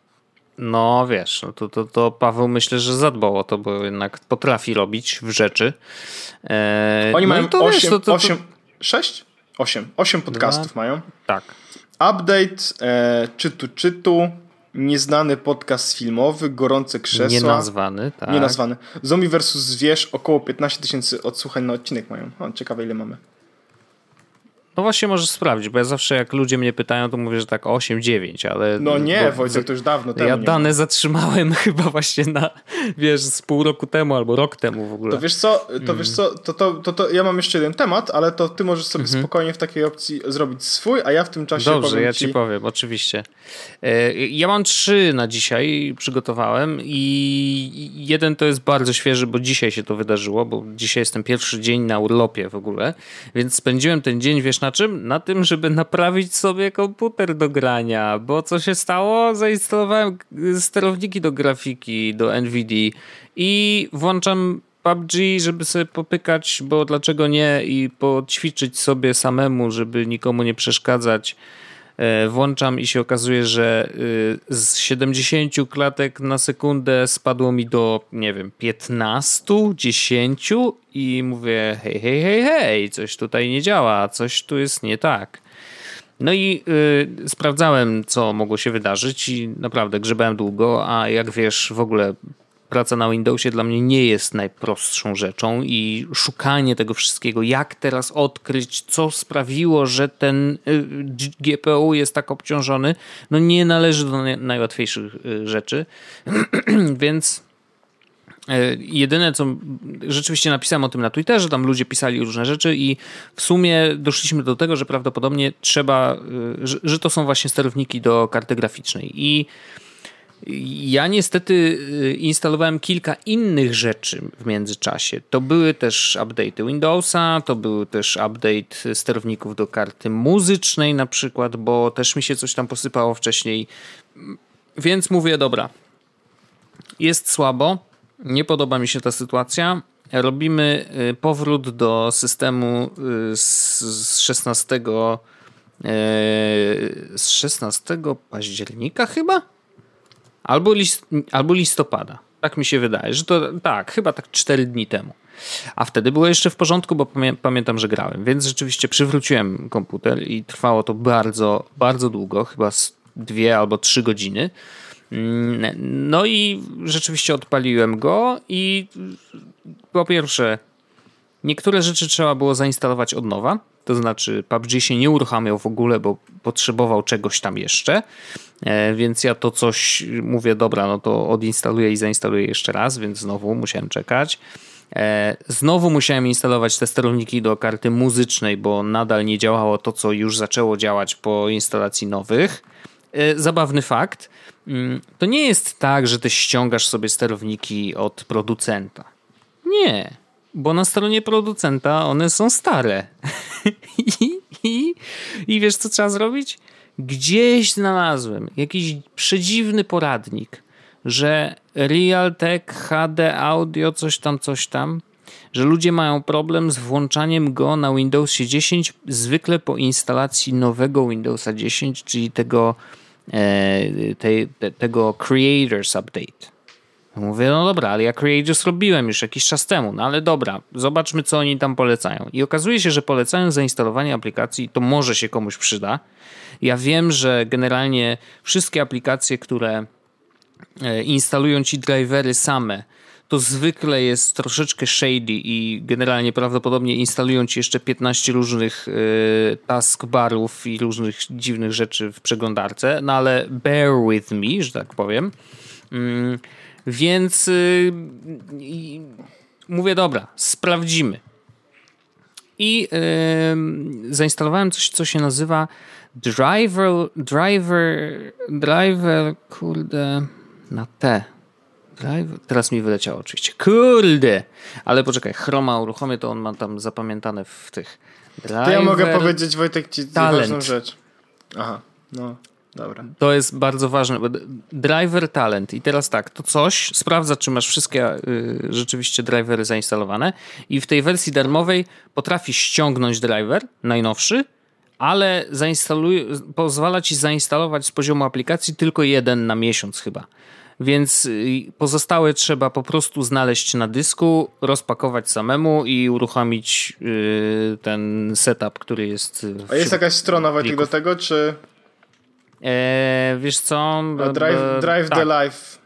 No wiesz, no to, to, to Paweł myślę, że zadbał o to, bo jednak potrafi robić w rzeczy. Eee, Oni no mają to, osiem, wiesz, to, to, osiem, sześć? osiem. osiem podcastów Dwa. mają. Tak. Update, e, czytu czytu. Nieznany podcast filmowy, gorące krzesła. Nienazwany, tak. Nienazwany. Zombie versus Zwierz, około piętnaście tysięcy odsłuchań na odcinek mają. O, ciekawe ile mamy. No właśnie możesz sprawdzić, bo ja zawsze jak ludzie mnie pytają, to mówię, że tak osiem dziewięć, ale... No nie, Wojtek, to już dawno temu. Ja nie dane ma. zatrzymałem chyba właśnie na, wiesz, z pół roku temu albo rok temu w ogóle. To wiesz co, to mm. wiesz co, to, to, to, to ja mam jeszcze jeden temat, ale to ty możesz sobie mm-hmm. spokojnie w takiej opcji zrobić swój, a ja w tym czasie Dobrze, powiem ja ci... ci powiem, oczywiście. Ja mam trzy na dzisiaj, przygotowałem i jeden to jest bardzo świeży, bo dzisiaj się to wydarzyło, bo dzisiaj jest ten pierwszy dzień na urlopie w ogóle, więc spędziłem ten dzień, wiesz na czym? Na tym, żeby naprawić sobie komputer do grania, bo co się stało? Zainstalowałem sterowniki do grafiki, do NVIDII i włączam P U B G, żeby sobie popykać, bo dlaczego nie, i poćwiczyć sobie samemu, żeby nikomu nie przeszkadzać. Włączam i się okazuje, że z siedemdziesięciu klatek na sekundę spadło mi do, nie wiem, piętnastu, dziesięciu i mówię hej, hej, hej, hej, coś tutaj nie działa, coś tu jest nie tak. No i y, sprawdzałem, co mogło się wydarzyć i naprawdę grzebałem długo, a jak wiesz, w ogóle praca na Windowsie dla mnie nie jest najprostszą rzeczą i szukanie tego wszystkiego, jak teraz odkryć, co sprawiło, że ten G P U jest tak obciążony, no nie należy do najłatwiejszych rzeczy. Więc jedyne, co rzeczywiście napisałem o tym na Twitterze, tam ludzie pisali różne rzeczy i w sumie doszliśmy do tego, że prawdopodobnie trzeba, że, że to są właśnie sterowniki do karty graficznej i ja niestety instalowałem kilka innych rzeczy w międzyczasie. To były też update'y Windowsa, to był też update sterowników do karty muzycznej na przykład, bo też mi się coś tam posypało wcześniej. Więc mówię, dobra, jest słabo, nie podoba mi się ta sytuacja. Robimy powrót do systemu z szesnastego z szesnastego października chyba? Albo, list, albo listopada. Tak mi się wydaje, że to tak, chyba tak cztery dni temu. A wtedy było jeszcze w porządku, bo pamię, pamiętam, że grałem. Więc rzeczywiście przywróciłem komputer i trwało to bardzo, bardzo długo, chyba dwie albo trzy godziny. No i rzeczywiście odpaliłem go i po pierwsze niektóre rzeczy trzeba było zainstalować od nowa. To znaczy P U B G się nie uruchamiał w ogóle, bo potrzebował czegoś tam jeszcze. Więc ja to coś mówię, dobra, no to odinstaluję i zainstaluję jeszcze raz, więc znowu musiałem czekać. Znowu musiałem instalować te sterowniki do karty muzycznej, bo nadal nie działało to, co już zaczęło działać po instalacji nowych. Zabawny fakt. To nie jest tak, że ty ściągasz sobie sterowniki od producenta. Nie, bo na stronie producenta one są stare. I, i, I wiesz, co trzeba zrobić? Gdzieś znalazłem jakiś przedziwny poradnik, że Realtek, H D Audio, coś tam, coś tam, że ludzie mają problem z włączaniem go na Windowsie dziesięć, zwykle po instalacji nowego Windowsa dziesięć, czyli tego, e, te, te, tego Creators Update. Mówię, no dobra, ale ja Creators robiłem już jakiś czas temu, no ale dobra, zobaczmy, co oni tam polecają. I okazuje się, że polecają zainstalowanie aplikacji, to może się komuś przyda. Ja wiem, że generalnie wszystkie aplikacje, które instalują ci drivery same, to zwykle jest troszeczkę shady i generalnie prawdopodobnie instalują ci jeszcze piętnaście różnych y, taskbarów i różnych dziwnych rzeczy w przeglądarce, no ale bear with me, że tak powiem. Y, więc y, y, mówię, dobra, sprawdzimy. I y, zainstalowałem coś, co się nazywa driver, driver, driver, kurde... Na T. Drive. Teraz mi wyleciało oczywiście. Kurde! Ale poczekaj, Chroma uruchomię, to on ma tam zapamiętane w tych. Driver, to ja mogę powiedzieć, Wojtek, ci talent. ważną rzecz. Aha, no dobra. To jest bardzo ważne. Driver talent. I teraz tak, to coś sprawdza, czy masz wszystkie y, rzeczywiście drivery zainstalowane i w tej wersji darmowej potrafi ściągnąć driver najnowszy, ale zainstaluje, pozwala ci zainstalować z poziomu aplikacji tylko jeden na miesiąc chyba. Więc pozostałe trzeba po prostu znaleźć na dysku, rozpakować samemu i uruchomić yy, ten setup, który jest... A jest jakaś strona Wojtek do tego, czy... Eee, wiesz co? A drive drive tak. the Life.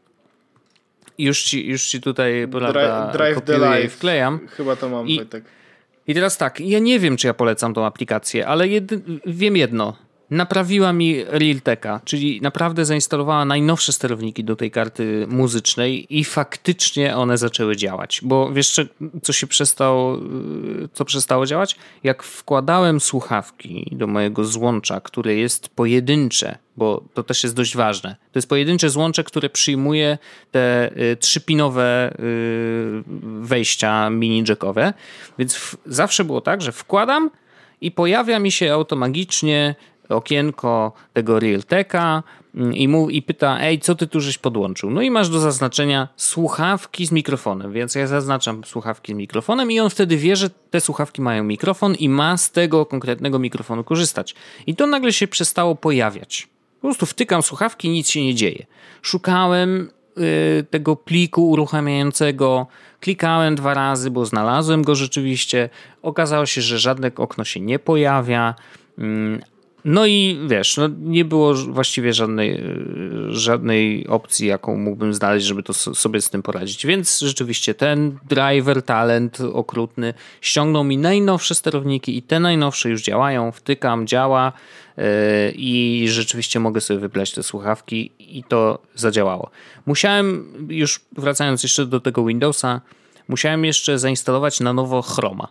Już ci, już ci tutaj prawda, drive the kopiuję Life. i wklejam. Chyba to mam, I, Wojtek. I teraz tak, ja nie wiem, czy ja polecam tą aplikację, ale jedy, wiem jedno. Naprawiła mi Realteka, czyli naprawdę zainstalowała najnowsze sterowniki do tej karty muzycznej i faktycznie one zaczęły działać. Bo wiesz, co się przestało, co przestało działać? Jak wkładałem słuchawki do mojego złącza, które jest pojedyncze, bo to też jest dość ważne. To jest pojedyncze złącze, które przyjmuje te y, trzypinowe y, wejścia mini jackowe. Więc w, zawsze było tak, że wkładam i pojawia mi się automagicznie okienko tego Realteka i, mu, i pyta, ej, co ty tu żeś podłączył? No i masz do zaznaczenia słuchawki z mikrofonem, więc ja zaznaczam słuchawki z mikrofonem i on wtedy wie, że te słuchawki mają mikrofon i ma z tego konkretnego mikrofonu korzystać. I to nagle się przestało pojawiać. Po prostu wtykam słuchawki, nic się nie dzieje. Szukałem y, tego pliku uruchamiającego, klikałem dwa razy, bo znalazłem go rzeczywiście. Okazało się, że żadne okno się nie pojawia. Y, No i wiesz, no nie było właściwie żadnej, żadnej opcji, jaką mógłbym znaleźć, żeby to sobie z tym poradzić. Więc rzeczywiście ten driver talent okrutny ściągnął mi najnowsze sterowniki i te najnowsze już działają. Wtykam, działa yy, i rzeczywiście mogę sobie wybrać te słuchawki i to zadziałało. Musiałem, już wracając jeszcze do tego Windowsa, musiałem jeszcze zainstalować na nowo Chroma.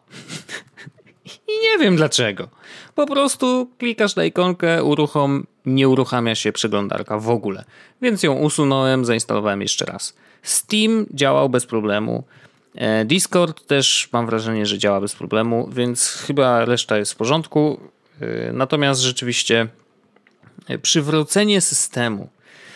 I nie wiem dlaczego. Po prostu klikasz na ikonkę, uruchom, nie uruchamia się przeglądarka w ogóle. Więc ją usunąłem, zainstalowałem jeszcze raz. Steam działał bez problemu. Discord też mam wrażenie, że działa bez problemu, więc chyba reszta jest w porządku. Natomiast rzeczywiście przywrócenie systemu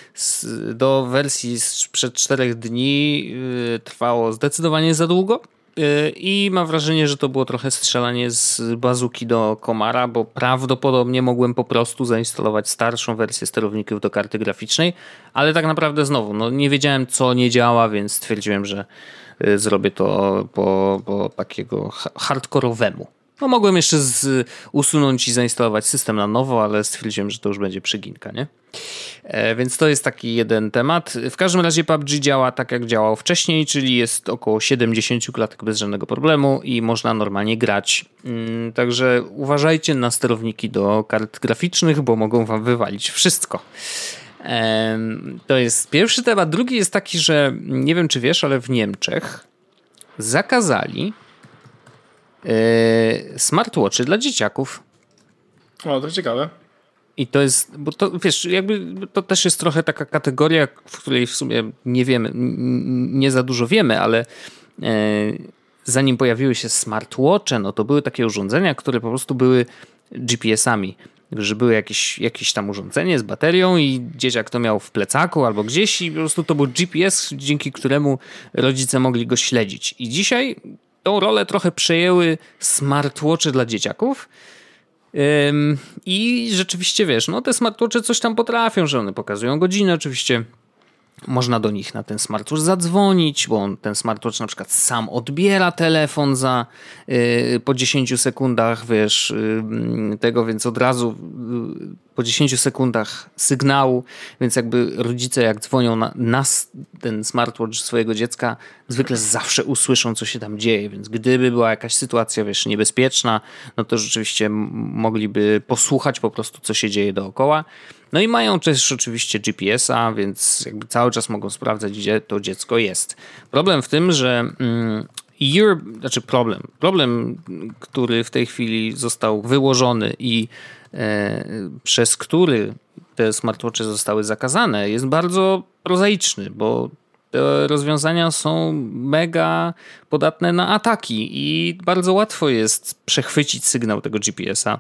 do wersji sprzed czterech dni trwało zdecydowanie za długo. I mam wrażenie, że to było trochę strzelanie z bazuki do komara, bo prawdopodobnie mogłem po prostu zainstalować starszą wersję sterowników do karty graficznej, ale tak naprawdę znowu, no nie wiedziałem, co nie działa, więc stwierdziłem, że zrobię to po, po takiego hardkorowemu. No mogłem jeszcze z, usunąć i zainstalować system na nowo, ale stwierdziłem, że to już będzie przyginka, nie? E, więc to jest taki jeden temat. W każdym razie P U B G działa tak, jak działał wcześniej, czyli jest około siedemdziesiąt klatek bez żadnego problemu i można normalnie grać. Mm, także uważajcie na sterowniki do kart graficznych, bo mogą wam wywalić wszystko. E, to jest pierwszy temat. Drugi jest taki, że nie wiem, czy wiesz, ale w Niemczech zakazali yy, smartwatchy dla dzieciaków. O, to ciekawe. I to jest, bo to wiesz, jakby to też jest trochę taka kategoria, w której w sumie nie wiemy, nie za dużo wiemy, ale yy, zanim pojawiły się smartwatche, no to były takie urządzenia, które po prostu były G P S-ami. Że były jakieś, jakieś tam urządzenie z baterią i dzieciak to miał w plecaku albo gdzieś i po prostu to był G P S, dzięki któremu rodzice mogli go śledzić. I dzisiaj tą rolę trochę przejęły smartwatche dla dzieciaków. Ym, I rzeczywiście wiesz, no te smartwatche coś tam potrafią, że one pokazują godzinę oczywiście. Można do nich na ten smartwatch zadzwonić, bo on, ten smartwatch na przykład sam odbiera telefon za yy, po dziesięciu sekundach, wiesz, yy, tego, więc od razu yy, po dziesięciu sekundach sygnału, więc jakby rodzice jak dzwonią na, na ten smartwatch swojego dziecka, zwykle zawsze usłyszą, co się tam dzieje, więc gdyby była jakaś sytuacja, wiesz, niebezpieczna, no to rzeczywiście m- mogliby posłuchać po prostu, co się dzieje dookoła. No i mają też oczywiście G P S-a, więc jakby cały czas mogą sprawdzać, gdzie to dziecko jest. Problem w tym, że mm, Europe, znaczy problem, problem, który w tej chwili został wyłożony i e, przez który te smartwatche zostały zakazane, jest bardzo prozaiczny, bo te rozwiązania są mega podatne na ataki i bardzo łatwo jest przechwycić sygnał tego G P S-a.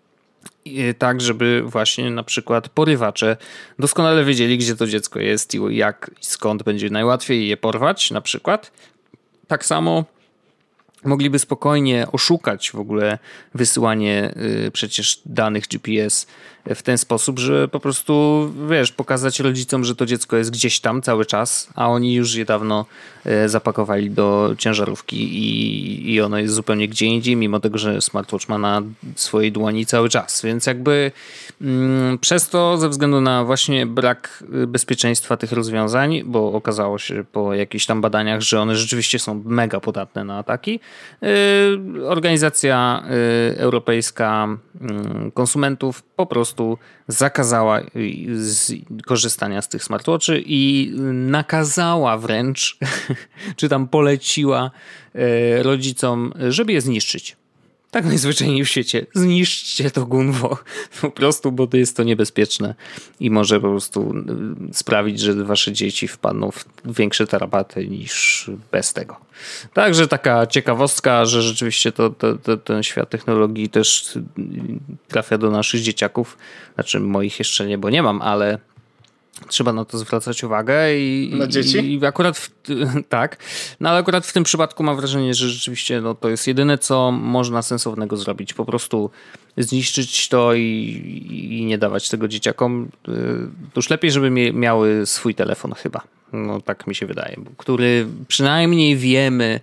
Tak, żeby właśnie na przykład porywacze doskonale wiedzieli, gdzie to dziecko jest i jak i skąd będzie najłatwiej je porwać na przykład. Tak samo mogliby spokojnie oszukać w ogóle wysyłanie y, przecież danych G P S w ten sposób, że po prostu, wiesz, pokazać rodzicom, że to dziecko jest gdzieś tam cały czas, a oni już je dawno y, zapakowali do ciężarówki i, i ono jest zupełnie gdzie indziej, mimo tego, że smartwatch ma na swojej dłoni cały czas. Więc jakby mm, przez to, ze względu na właśnie brak bezpieczeństwa tych rozwiązań, bo okazało się po jakichś tam badaniach, że one rzeczywiście są mega podatne na ataki, y, organizacja y, europejska y, konsumentów po prostu zakazała z korzystania z tych smartwatchy i nakazała wręcz, czy tam poleciła rodzicom, żeby je zniszczyć. Tak najzwyczajniej w świecie. Zniszczcie to gunwo. Po prostu, bo to jest to niebezpieczne i może po prostu sprawić, że wasze dzieci wpadną w większe tarapaty niż bez tego. Także taka ciekawostka, że rzeczywiście to, to, to, ten świat technologii też trafia do naszych dzieciaków. Znaczy moich jeszcze nie, bo nie mam, ale trzeba na to zwracać uwagę i, na dzieci? i akurat w, tak, no ale akurat w tym przypadku mam wrażenie, że rzeczywiście no, to jest jedyne, co można sensownego zrobić. Po prostu zniszczyć to i, i nie dawać tego dzieciakom. To już lepiej, żeby miały swój telefon chyba. No tak mi się wydaje, który przynajmniej wiemy,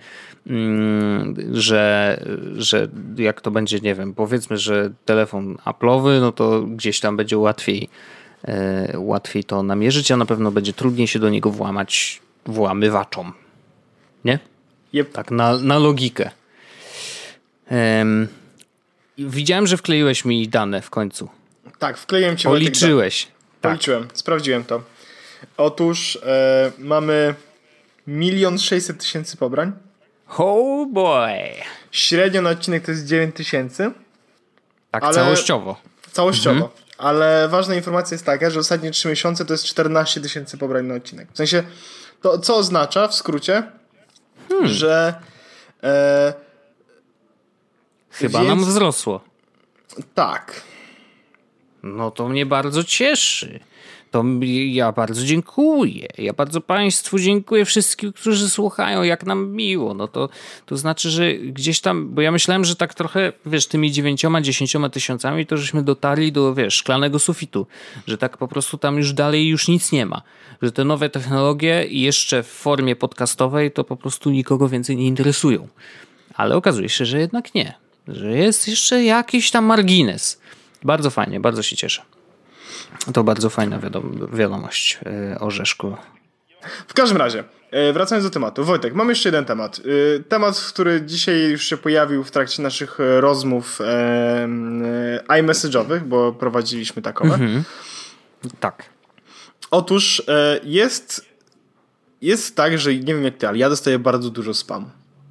że, że jak to będzie, nie wiem, powiedzmy, że telefon Apple'owy, no to gdzieś tam będzie łatwiej łatwiej to namierzyć, a na pewno będzie trudniej się do niego włamać włamywaczom. Nie? Yep. Tak, na, na logikę. Um, widziałem, że wkleiłeś mi dane w końcu. Tak, wkleiłem cię. Policzyłeś. Tak. Policzyłem, sprawdziłem to. Otóż e, mamy milion sześćset tysięcy pobrań. Oh boy. Średnio na odcinek to jest dziewięć tysięcy. Tak, ale całościowo. Całościowo. Mhm. Ale ważna informacja jest taka, że ostatnie trzy miesiące to jest czternaście tysięcy pobrań na odcinek. W sensie, to co oznacza w skrócie, hmm. że e, chyba więc... nam wzrosło. Tak. No to mnie bardzo cieszy. To ja bardzo dziękuję. Ja bardzo Państwu dziękuję, wszystkim, którzy słuchają, jak nam miło. No to, to znaczy, że gdzieś tam, bo ja myślałem, że tak trochę, wiesz, tymi dziewięcioma, dziesięcioma tysiącami to żeśmy dotarli do, wiesz, szklanego sufitu. Że tak po prostu tam już dalej już nic nie ma. Że te nowe technologie jeszcze w formie podcastowej to po prostu nikogo więcej nie interesują. Ale okazuje się, że jednak nie. Że jest jeszcze jakiś tam margines. Bardzo fajnie, bardzo się cieszę. To bardzo fajna wiadom- wiadomość yy, Orzeszku. W każdym razie, yy, wracając do tematu. Wojtek, mam jeszcze jeden temat. Yy, temat, który dzisiaj już się pojawił w trakcie naszych rozmów yy, yy, iMessage'owych, bo prowadziliśmy takowe. Mm-hmm. Tak. Otóż yy, jest, jest tak, że nie wiem jak ty, ale ja dostaję bardzo dużo spamu.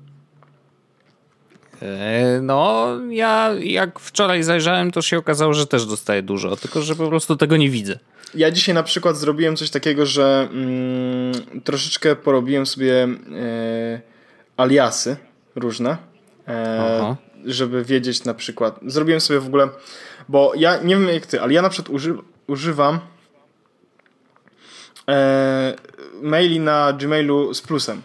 No, ja jak wczoraj zajrzałem, to się okazało, że też dostaję dużo, tylko że po prostu tego nie widzę. Ja dzisiaj na przykład zrobiłem coś takiego, że mm, troszeczkę porobiłem sobie e, aliasy różne, e, żeby wiedzieć na przykład. Zrobiłem sobie w ogóle, bo ja nie wiem jak ty, ale ja na przykład uży, używam e, maili na Gmailu z plusem.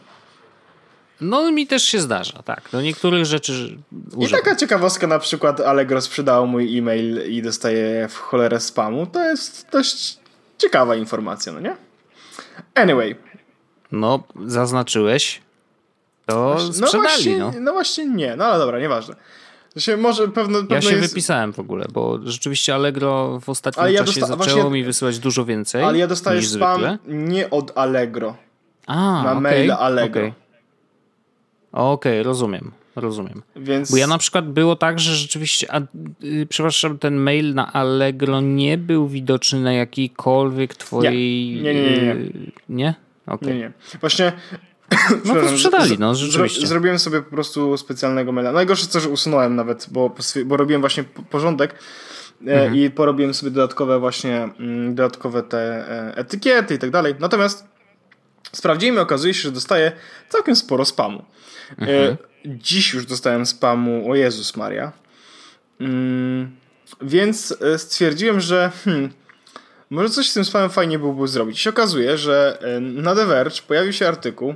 No mi też się zdarza, tak. Do niektórych rzeczy używam. I taka ciekawostka, na przykład Allegro sprzedało mój e-mail i dostaję w cholerę spamu. To jest dość ciekawa informacja, no nie? Anyway. No, zaznaczyłeś. To właśnie, sprzedali, no. Właśnie, no. no właśnie nie, no ale dobra, nieważne. To się może pewno, pewno ja się jest... wypisałem w ogóle, bo rzeczywiście Allegro w ostatnim ale ja czasie dosta- zaczęło właśnie... mi wysyłać dużo więcej. Ale ja dostaję niż spam zwykle. nie od Allegro. A, na okay, mail Allegro. Okej, okay. okay, rozumiem. Rozumiem. Więc... Bo ja na przykład było tak, że rzeczywiście, a, yy, przepraszam, ten mail na Allegro nie był widoczny na jakiejkolwiek twojej... Nie, nie, nie. Nie? Yy, nie? Okay. Nie, nie. Właśnie... No to sprzedali, no rzeczywiście. Zro- zrobiłem sobie po prostu specjalnego maila. Najgorsze co, że usunąłem nawet, bo, bo robiłem właśnie porządek mhm. i porobiłem sobie dodatkowe właśnie dodatkowe te etykiety i tak dalej. Natomiast sprawdziłem i okazuje się, że dostaję całkiem sporo spamu. Mhm. Dziś już dostałem spamu, o Jezus Maria. Mm, więc stwierdziłem, że hmm, może coś z tym spamem fajnie byłoby zrobić. I się okazuje, że na The Verge pojawił się artykuł,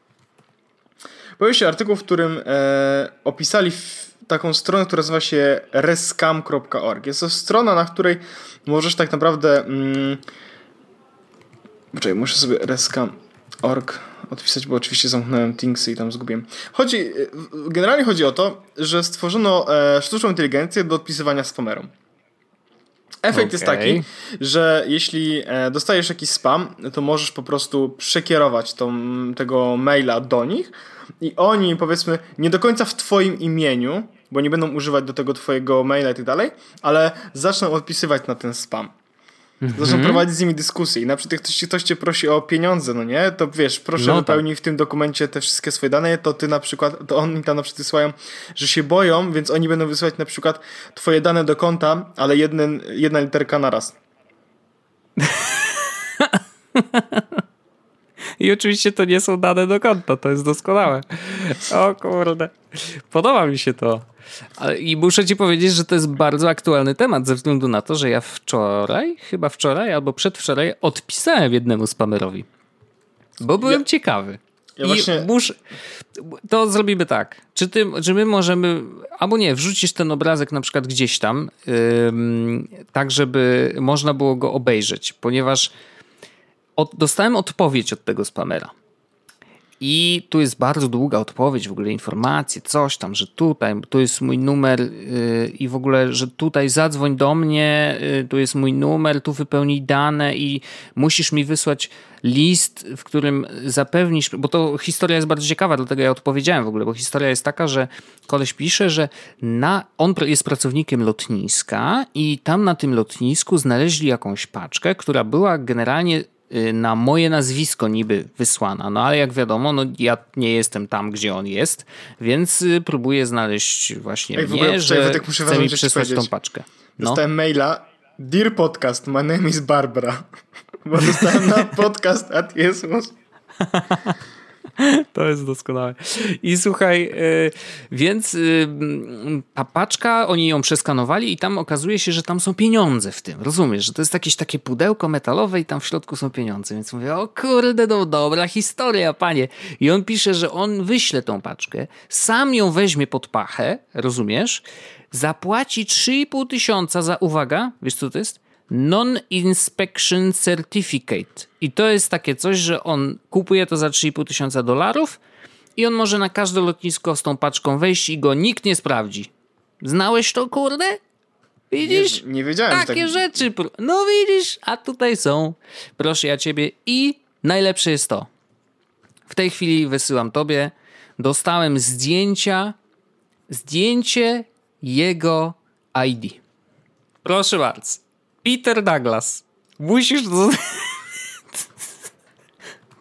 Pojawił się artykuł, w którym e, opisali f- taką stronę, która nazywa się rescam kropka org. Jest to strona, na której możesz tak naprawdę... Mm, Poczekaj, muszę sobie rescam kropka org odpisać, bo oczywiście zamknąłem Thingsy i tam zgubiłem. Chodzi, generalnie chodzi o to, że stworzono e, sztuczną inteligencję do odpisywania spamerom. Efekt okay. jest taki, że jeśli e, dostajesz jakiś spam, to możesz po prostu przekierować tą, tego maila do nich i oni, powiedzmy, nie do końca w twoim imieniu, bo nie będą używać do tego twojego maila i tak dalej, ale zaczną odpisywać na ten spam. Mm-hmm. Zaczną prowadzić z nimi dyskusje i na przykład ktoś, ktoś cię prosi o pieniądze, no nie? To wiesz, proszę no wypełnij tak. w tym dokumencie te wszystkie swoje dane, to ty na przykład, to oni tam na przykład wysyłają, że się boją, więc oni będą wysyłać na przykład twoje dane do konta, ale jeden, jedna literka na raz. I oczywiście to nie są dane do konta, to jest doskonałe. O kurde, podoba mi się to. I muszę ci powiedzieć, że to jest bardzo aktualny temat ze względu na to, że ja wczoraj, chyba wczoraj albo przedwczoraj odpisałem jednemu spamerowi, bo byłem ja, ciekawy. Ja I właśnie... muszę, to zrobimy tak. Czy, ty, czy my możemy, albo nie, wrzucisz ten obrazek na przykład gdzieś tam, ym, tak żeby można było go obejrzeć, ponieważ od, dostałem odpowiedź od tego spamera. I tu jest bardzo długa odpowiedź, w ogóle informacje, coś tam, że tutaj, tu jest mój numer yy, i w ogóle, że tutaj zadzwoń do mnie, yy, tu jest mój numer, tu wypełnij dane i musisz mi wysłać list, w którym zapewnisz, bo to historia jest bardzo ciekawa, dlatego ja odpowiedziałem w ogóle, bo historia jest taka, że koleś pisze, że na, on jest pracownikiem lotniska i tam na tym lotnisku znaleźli jakąś paczkę, która była generalnie na moje nazwisko niby wysłana, no ale jak wiadomo, no ja nie jestem tam, gdzie on jest, więc próbuję znaleźć właśnie Ej, mnie, ogóle, że tak chce mi przysłać tą paczkę. No. Dostałem maila, Dear Podcast, my name is Barbara, bo dostałem na podcast at Jesus. To jest doskonałe. I słuchaj, yy, więc yy, ta paczka, oni ją przeskanowali i tam okazuje się, że tam są pieniądze w tym. Rozumiesz, że to jest jakieś takie pudełko metalowe i tam w środku są pieniądze. Więc mówię, o kurde, no dobra historia, panie. I on pisze, że on wyśle tą paczkę, sam ją weźmie pod pachę, rozumiesz, zapłaci trzy i pół tysiąca za, uwaga, wiesz co to jest? Non-inspection certificate. I to jest takie coś, że on kupuje to za trzy i pół tysiąca dolarów i on może na każde lotnisko z tą paczką wejść i go nikt nie sprawdzi. Znałeś to, kurde? Widzisz? Nie, nie wiedziałem. Takie tak... rzeczy. No widzisz, a tutaj są. Proszę ja ciebie. I najlepsze jest to. W tej chwili wysyłam tobie. Dostałem zdjęcia, zdjęcie jego I D. Proszę bardzo. Peter Douglas. Musisz...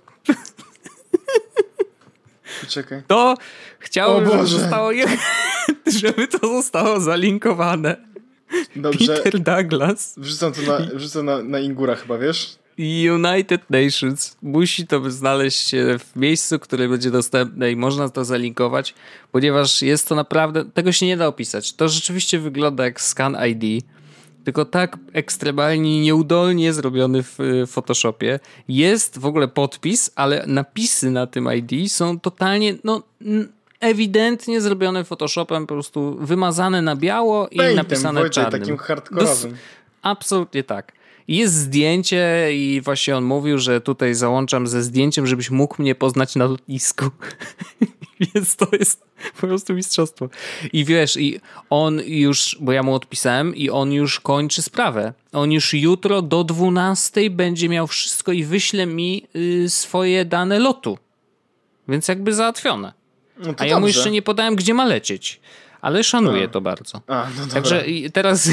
Czekaj. To chciałbym, żeby zostało... żeby to zostało zalinkowane. Dobrze. Peter Douglas. Wrzucam to na, wrzucam na, na Ingura chyba, wiesz? United Nations musi to znaleźć się w miejscu, które będzie dostępne i można to zalinkować, ponieważ jest to naprawdę, tego się nie da opisać. To rzeczywiście wygląda jak Scan I D, tylko tak ekstremalnie nieudolnie zrobiony w Photoshopie. Jest w ogóle podpis, ale napisy na tym I D są totalnie, no ewidentnie zrobione Photoshopem, po prostu wymazane na biało i Paintem, napisane Wojtek, czarnym. takim hardkorowym. Dos- absolutnie tak. Jest zdjęcie i właśnie on mówił, że tutaj załączam ze zdjęciem, żebyś mógł mnie poznać na lotnisku. Więc to jest po prostu mistrzostwo. I wiesz, i on już, bo ja mu odpisałem i on już kończy sprawę. On już jutro do dwunastej będzie miał wszystko i wyśle mi y, swoje dane lotu. Więc jakby załatwione. No A ja mu jeszcze nie podałem, gdzie ma lecieć. Ale szanuję A. to bardzo. A, no dobra. Także i teraz...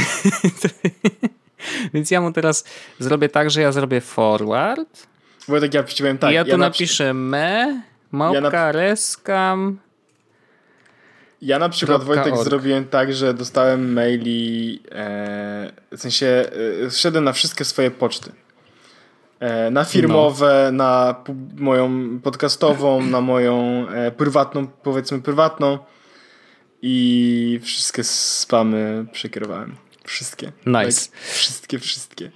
Więc ja mu teraz zrobię tak, że ja zrobię forward. Wojtek, ja ci powiem tak. I ja tu ja napiszę me, małpka, ja na... reskam. Ja na przykład, Wojtek, org. zrobiłem tak, że dostałem maili, e, w sensie e, wszedłem na wszystkie swoje poczty. E, na firmowe, no. na pu- moją podcastową, na moją e, prywatną, powiedzmy prywatną i wszystkie spamy przekierowałem. Wszystkie. Nice. Tak, wszystkie, wszystkie.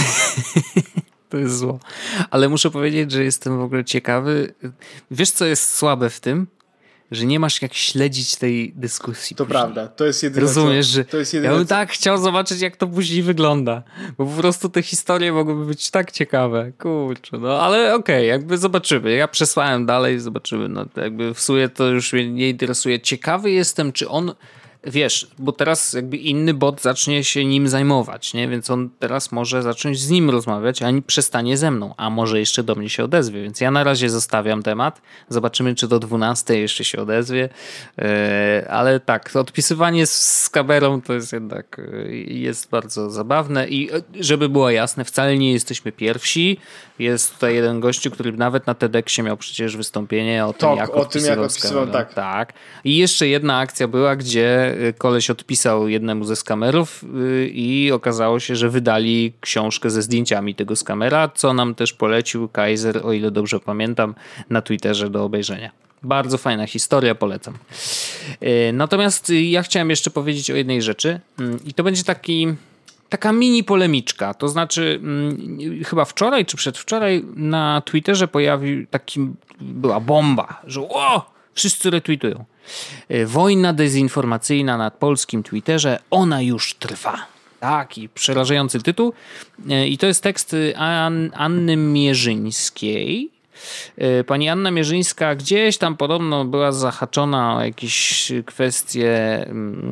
To jest zło. Ale muszę powiedzieć, że jestem w ogóle ciekawy. Wiesz, co jest słabe w tym? Że nie masz jak śledzić tej dyskusji. To później. Prawda, to jest jedyne. Rozumiesz, co, że to jest jedyne, ja bym co... tak chciał zobaczyć, jak to później wygląda. Bo po prostu te historie mogłyby być tak ciekawe. Kurczę, no ale okej, okay, jakby zobaczymy. Ja przesłałem dalej, zobaczymy. No jakby w sumie to już mnie nie interesuje. Ciekawy jestem, czy on... Wiesz, bo teraz jakby inny bot zacznie się nim zajmować, nie? Więc on teraz może zacząć z nim rozmawiać, a nie przestanie ze mną, a może jeszcze do mnie się odezwie. Więc ja na razie zostawiam temat. Zobaczymy, czy do dwunastej jeszcze się odezwie. Yy, ale tak, to odpisywanie z, z kamerą to jest jednak yy, jest bardzo zabawne i yy, żeby było jasne, wcale nie jesteśmy pierwsi. Jest tutaj jeden gościu, który nawet na TEDxie miał przecież wystąpienie o tym, tak, jak o tym, jak odpisywał, tak. tak. I jeszcze jedna akcja była, gdzie koleś odpisał jednemu ze skamerów i okazało się, że wydali książkę ze zdjęciami tego skamera, co nam też polecił Kaiser, o ile dobrze pamiętam, na Twitterze do obejrzenia. Bardzo fajna historia, polecam. Natomiast ja chciałem jeszcze powiedzieć o jednej rzeczy i to będzie taki... Taka mini polemiczka, to znaczy hmm, chyba wczoraj czy przedwczoraj na Twitterze pojawił taki, była bomba, że o, wszyscy retweetują. Wojna dezinformacyjna na polskim Twitterze, ona już trwa. Taki przerażający tytuł. I to jest tekst An- Anny Mierzyńskiej. Pani Anna Mierzyńska gdzieś tam podobno była zahaczona o jakieś kwestie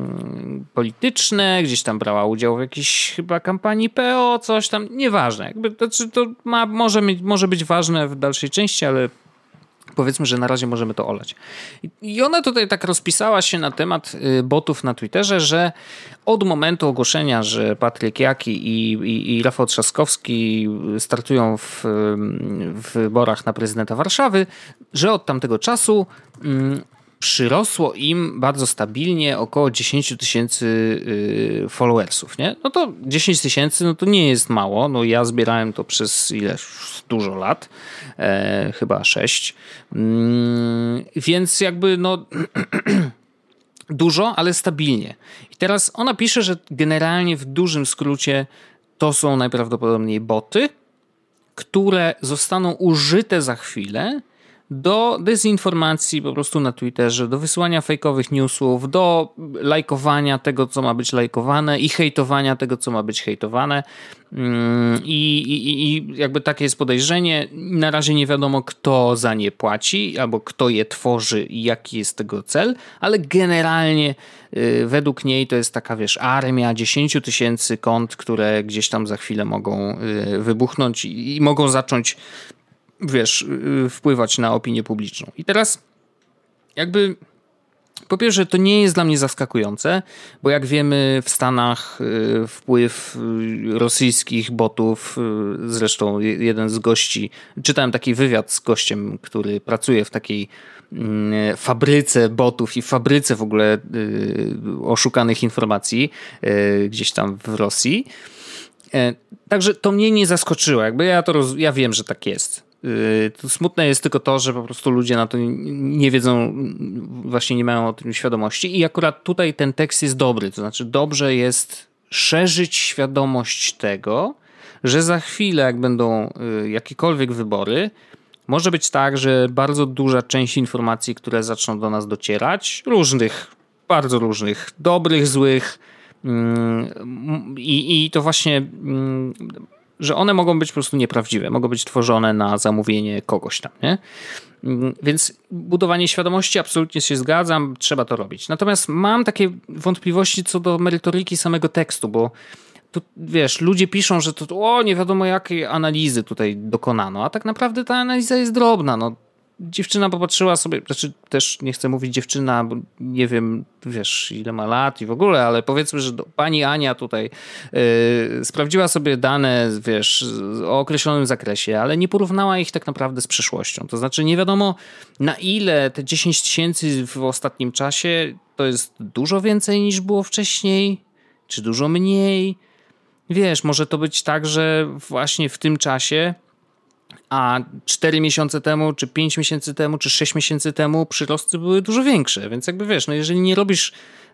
polityczne, gdzieś tam brała udział w jakiejś chyba kampanii P O, coś tam, nieważne. Jakby to, to ma, może, może być ważne w dalszej części, ale powiedzmy, że na razie możemy to olać. I ona tutaj tak rozpisała się na temat botów na Twitterze, że od momentu ogłoszenia, że Patryk Jaki i, i, i Rafał Trzaskowski startują w, w wyborach na prezydenta Warszawy, że od tamtego czasu mm, przyrosło im bardzo stabilnie około dziesięć tysięcy followersów, nie? No to dziesięć tysięcy, no to nie jest mało. No ja zbierałem to przez ile? Dużo lat. E, chyba sześć. Mm, więc jakby no dużo, ale stabilnie. I teraz ona pisze, że generalnie w dużym skrócie to są najprawdopodobniej boty, które zostaną użyte za chwilę do dezinformacji po prostu na Twitterze, do wysyłania fejkowych newsów, do lajkowania tego, co ma być lajkowane i hejtowania tego, co ma być hejtowane. I, i, i jakby takie jest podejrzenie. Na razie nie wiadomo, kto za nie płaci, albo kto je tworzy i jaki jest tego cel, ale generalnie yy, według niej to jest taka, wiesz, armia dziesięć tysięcy kont, które gdzieś tam za chwilę mogą yy, wybuchnąć i, i mogą zacząć, wiesz, wpływać na opinię publiczną. I teraz jakby Po pierwsze, to nie jest dla mnie zaskakujące, bo jak wiemy w Stanach wpływ rosyjskich botów, zresztą jeden z gości, czytałem taki wywiad z gościem, który pracuje w takiej fabryce botów i fabryce w ogóle oszukanych informacji gdzieś tam w Rosji. Także to mnie nie zaskoczyło. Jakby ja to roz... ja wiem, że tak jest. To smutne jest tylko to, że po prostu ludzie na to nie wiedzą, właśnie nie mają o tym świadomości i akurat tutaj ten tekst jest dobry, to znaczy dobrze jest szerzyć świadomość tego, że za chwilę jak będą jakiekolwiek wybory, może być tak, że bardzo duża część informacji, które zaczną do nas docierać, różnych, bardzo różnych, dobrych, złych i, i to właśnie... że one mogą być po prostu nieprawdziwe, mogą być tworzone na zamówienie kogoś tam, nie? Więc budowanie świadomości, absolutnie się zgadzam, trzeba to robić. Natomiast mam takie wątpliwości co do merytoryki samego tekstu, bo tu, wiesz, ludzie piszą, że to o, nie wiadomo jakiej analizy tutaj dokonano, a tak naprawdę ta analiza jest drobna, no. Dziewczyna popatrzyła sobie, znaczy też nie chcę mówić dziewczyna, bo nie wiem, wiesz, ile ma lat i w ogóle, ale powiedzmy, że do, pani Ania tutaj yy, sprawdziła sobie dane, wiesz, o określonym zakresie, ale nie porównała ich tak naprawdę z przyszłością. To znaczy nie wiadomo na ile te dziesięć tysięcy w ostatnim czasie to jest dużo więcej niż było wcześniej, czy dużo mniej. Wiesz, może to być tak, że właśnie w tym czasie a cztery miesiące temu, czy pięć miesięcy temu, czy sześć miesięcy temu przyrosty były dużo większe, więc jakby wiesz, no jeżeli nie robisz,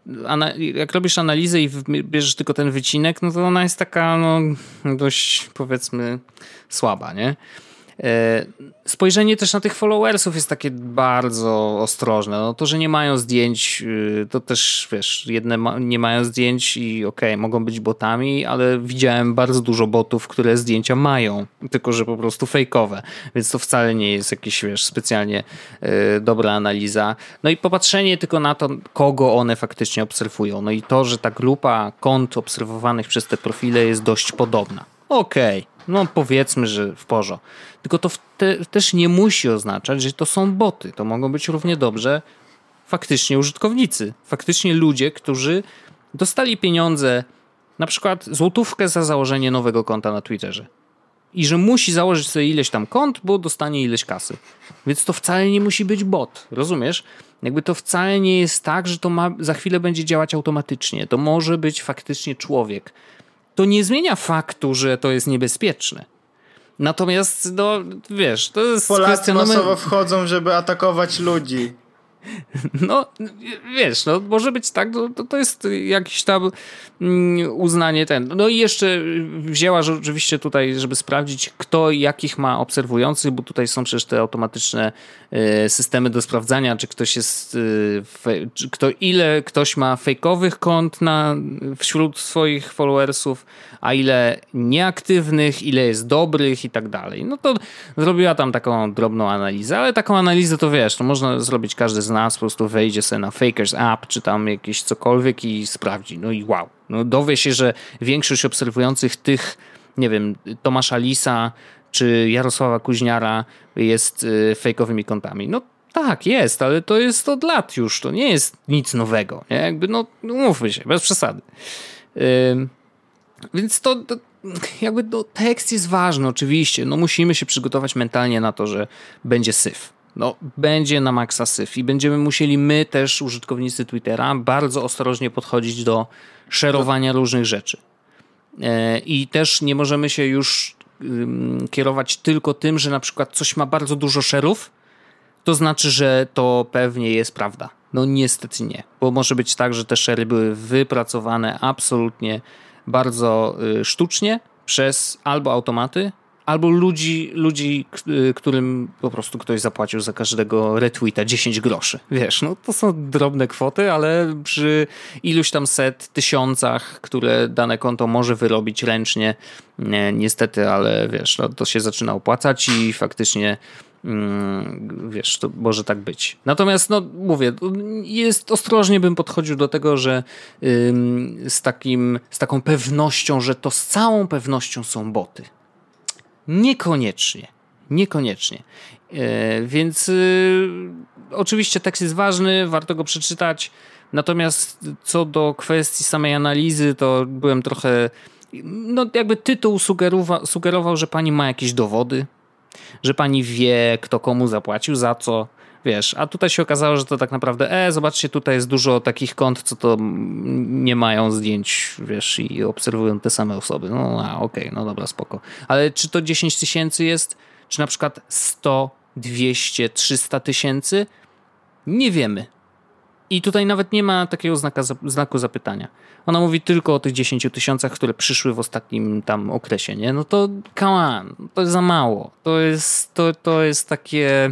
jak robisz analizę i bierzesz tylko ten wycinek, no to ona jest taka no dość powiedzmy słaba, nie? Spojrzenie też na tych followersów jest takie bardzo ostrożne. No to, że nie mają zdjęć, to też wiesz, jedne ma, nie mają zdjęć i okej, okay, mogą być botami, ale widziałem bardzo dużo botów, które zdjęcia mają, tylko że po prostu fejkowe, więc to wcale nie jest jakieś, wiesz, specjalnie y, dobra analiza. No i popatrzenie tylko na to, kogo one faktycznie obserwują. No i to, że ta grupa kont obserwowanych przez te profile jest dość podobna. Okej. Okay. No powiedzmy, że w porządku. Tylko to te, też nie musi oznaczać, że to są boty. To mogą być równie dobrze faktycznie użytkownicy. Faktycznie ludzie, którzy dostali pieniądze, na przykład złotówkę za założenie nowego konta na Twitterze. I że musi założyć sobie ileś tam kont, bo dostanie ileś kasy. Więc to wcale nie musi być bot. Rozumiesz? Jakby to wcale nie jest tak, że to ma, za chwilę będzie działać automatycznie. To może być faktycznie człowiek. To nie zmienia faktu, że to jest niebezpieczne. Natomiast, no wiesz, to jest Polacy kwestia... masowo wchodzą, żeby atakować ludzi. No, wiesz, no może być tak, to, to jest jakieś tam uznanie ten. No i jeszcze wzięła że oczywiście tutaj, żeby sprawdzić, kto jakich ma obserwujących, bo tutaj są przecież te automatyczne systemy do sprawdzania, czy ktoś jest, czy kto, ile ktoś ma fejkowych kont na, wśród swoich followersów, a ile nieaktywnych, ile jest dobrych i tak dalej. No to zrobiła tam taką drobną analizę, ale taką analizę to wiesz, to można zrobić każdy z nas, po prostu wejdzie sobie na Fakers App, czy tam jakieś cokolwiek i sprawdzi. No i wow. No dowie się, że większość obserwujących tych, nie wiem, Tomasza Lisa, czy Jarosława Kuźniara jest y, fejkowymi kontami. No tak, jest, ale to jest od lat już, to nie jest nic nowego. Nie? Jakby, no mówmy się, bez przesady. Yy, więc to, to jakby no, tekst jest ważny oczywiście, no musimy się przygotować mentalnie na to, że będzie syf. No, będzie na maksa syf i będziemy musieli my też, użytkownicy Twittera, bardzo ostrożnie podchodzić do szerowania różnych rzeczy. Yy, I też nie możemy się już yy, kierować tylko tym, że na przykład coś ma bardzo dużo szerów, to znaczy, że to pewnie jest prawda. No niestety nie, bo może być tak, że te szery były wypracowane absolutnie bardzo y, sztucznie przez albo automaty, albo ludzi, ludzi, którym po prostu ktoś zapłacił za każdego retweeta dziesięć groszy. Wiesz, no to są drobne kwoty, ale przy iluś tam set, tysiącach, które dane konto może wyrobić ręcznie, nie, niestety, ale wiesz, no, to się zaczyna opłacać i faktycznie wiesz, to może tak być. Natomiast, no mówię, jest ostrożnie bym podchodził do tego, że ym, z, takim, z taką pewnością, że to z całą pewnością są boty. Niekoniecznie. Niekoniecznie. Więc y, oczywiście tekst jest ważny, warto go przeczytać. Natomiast co do kwestii samej analizy, to byłem trochę... No jakby tytuł sugerowa, sugerował, że pani ma jakieś dowody, że pani wie, kto komu zapłacił, za co. Wiesz, a tutaj się okazało, że to tak naprawdę, e, zobaczcie, tutaj jest dużo takich kont, co to nie mają zdjęć, wiesz, i obserwują te same osoby. No, a okej, okay, no dobra, spoko. Ale czy to dziesięć tysięcy jest? Czy na przykład sto, dwieście, trzysta tysięcy? Nie wiemy. I tutaj nawet nie ma takiego znaka, znaku zapytania. Ona mówi tylko o tych dziesięciu tysiącach, które przyszły w ostatnim tam okresie, nie? No to come on, to jest za mało. To jest, to, to jest takie...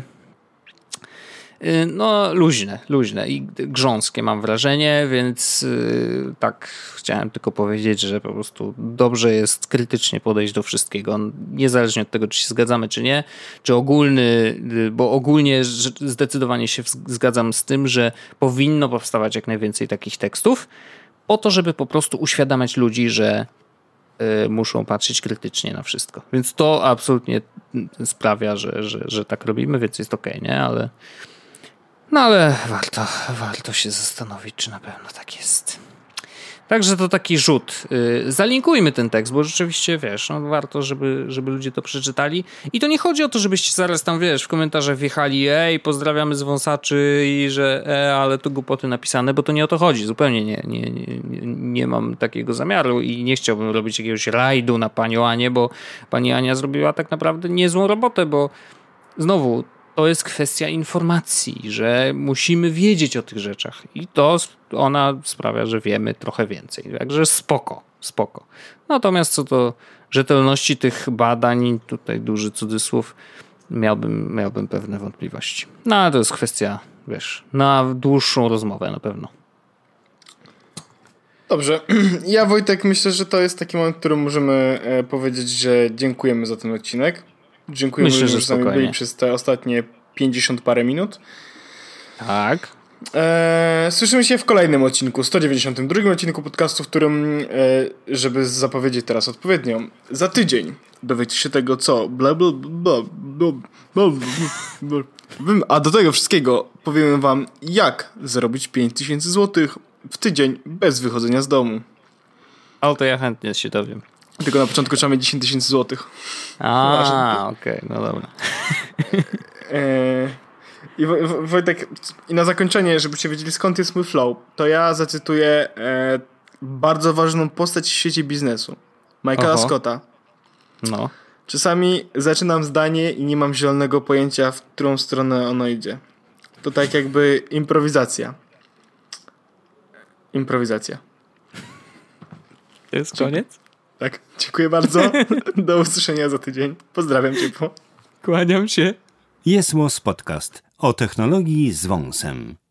No luźne, luźne i grząskie mam wrażenie, więc yy, tak chciałem tylko powiedzieć, że po prostu dobrze jest krytycznie podejść do wszystkiego, niezależnie od tego, czy się zgadzamy, czy nie, czy ogólny, bo ogólnie zdecydowanie się zgadzam z tym, że powinno powstawać jak najwięcej takich tekstów, po to, żeby po prostu uświadamiać ludzi, że yy, muszą patrzeć krytycznie na wszystko. Więc to absolutnie sprawia, że, że, że tak robimy, więc jest okej, nie? Ale No ale warto, warto się zastanowić, czy na pewno tak jest. Także to taki rzut. Zalinkujmy ten tekst, bo rzeczywiście, wiesz, no warto, żeby, żeby ludzie to przeczytali. I to nie chodzi o to, żebyście zaraz tam, wiesz, w komentarzach wjechali, ej, pozdrawiamy z wąsaczy i że, e, ale tu głupoty napisane, bo to nie o to chodzi. Zupełnie nie, nie, nie, nie mam takiego zamiaru i nie chciałbym robić jakiegoś rajdu na panią Anię, bo pani Ania zrobiła tak naprawdę niezłą robotę, bo znowu, to jest kwestia informacji, że musimy wiedzieć o tych rzeczach i to ona sprawia, że wiemy trochę więcej. Także spoko, spoko. Natomiast co do rzetelności tych badań, tutaj duży cudzysłów, miałbym, miałbym pewne wątpliwości. No ale to jest kwestia, wiesz, na dłuższą rozmowę na pewno. Dobrze. Ja, Wojtek, myślę, że to jest taki moment, w którym możemy powiedzieć, że dziękujemy za ten odcinek. Dziękujemy, Myślę, że z nami byli przez te ostatnie pięćdziesiąt parę minut. Tak. Eee, słyszymy się w kolejnym odcinku, sto dziewięćdziesiątym drugim odcinku podcastu, w którym, e, żeby zapowiedzieć teraz odpowiednio, za tydzień dowiecie się tego, co bla bla bla bla bla bla bla. A do tego wszystkiego powiem wam, jak zarobić pięć tysięcy złotych w tydzień bez wychodzenia z domu. O, to ja chętnie się dowiem. Tylko na początku trzeba mieć dziesięć tysięcy złotych. A, okej, okay, no dobra. Eee, I Wojtek, i na zakończenie, żebyście wiedzieli, skąd jest mój flow, to ja zacytuję e, bardzo ważną postać w świecie biznesu. Michaela Oho. Scotta. No. Czasami zaczynam zdanie i nie mam zielonego pojęcia, w którą stronę ono idzie. To tak jakby improwizacja. Improwizacja. To jest koniec? Tak, dziękuję bardzo. Do usłyszenia za tydzień. Pozdrawiam ciepło. Kłaniam się. Jest Podcast o technologii z wąsem.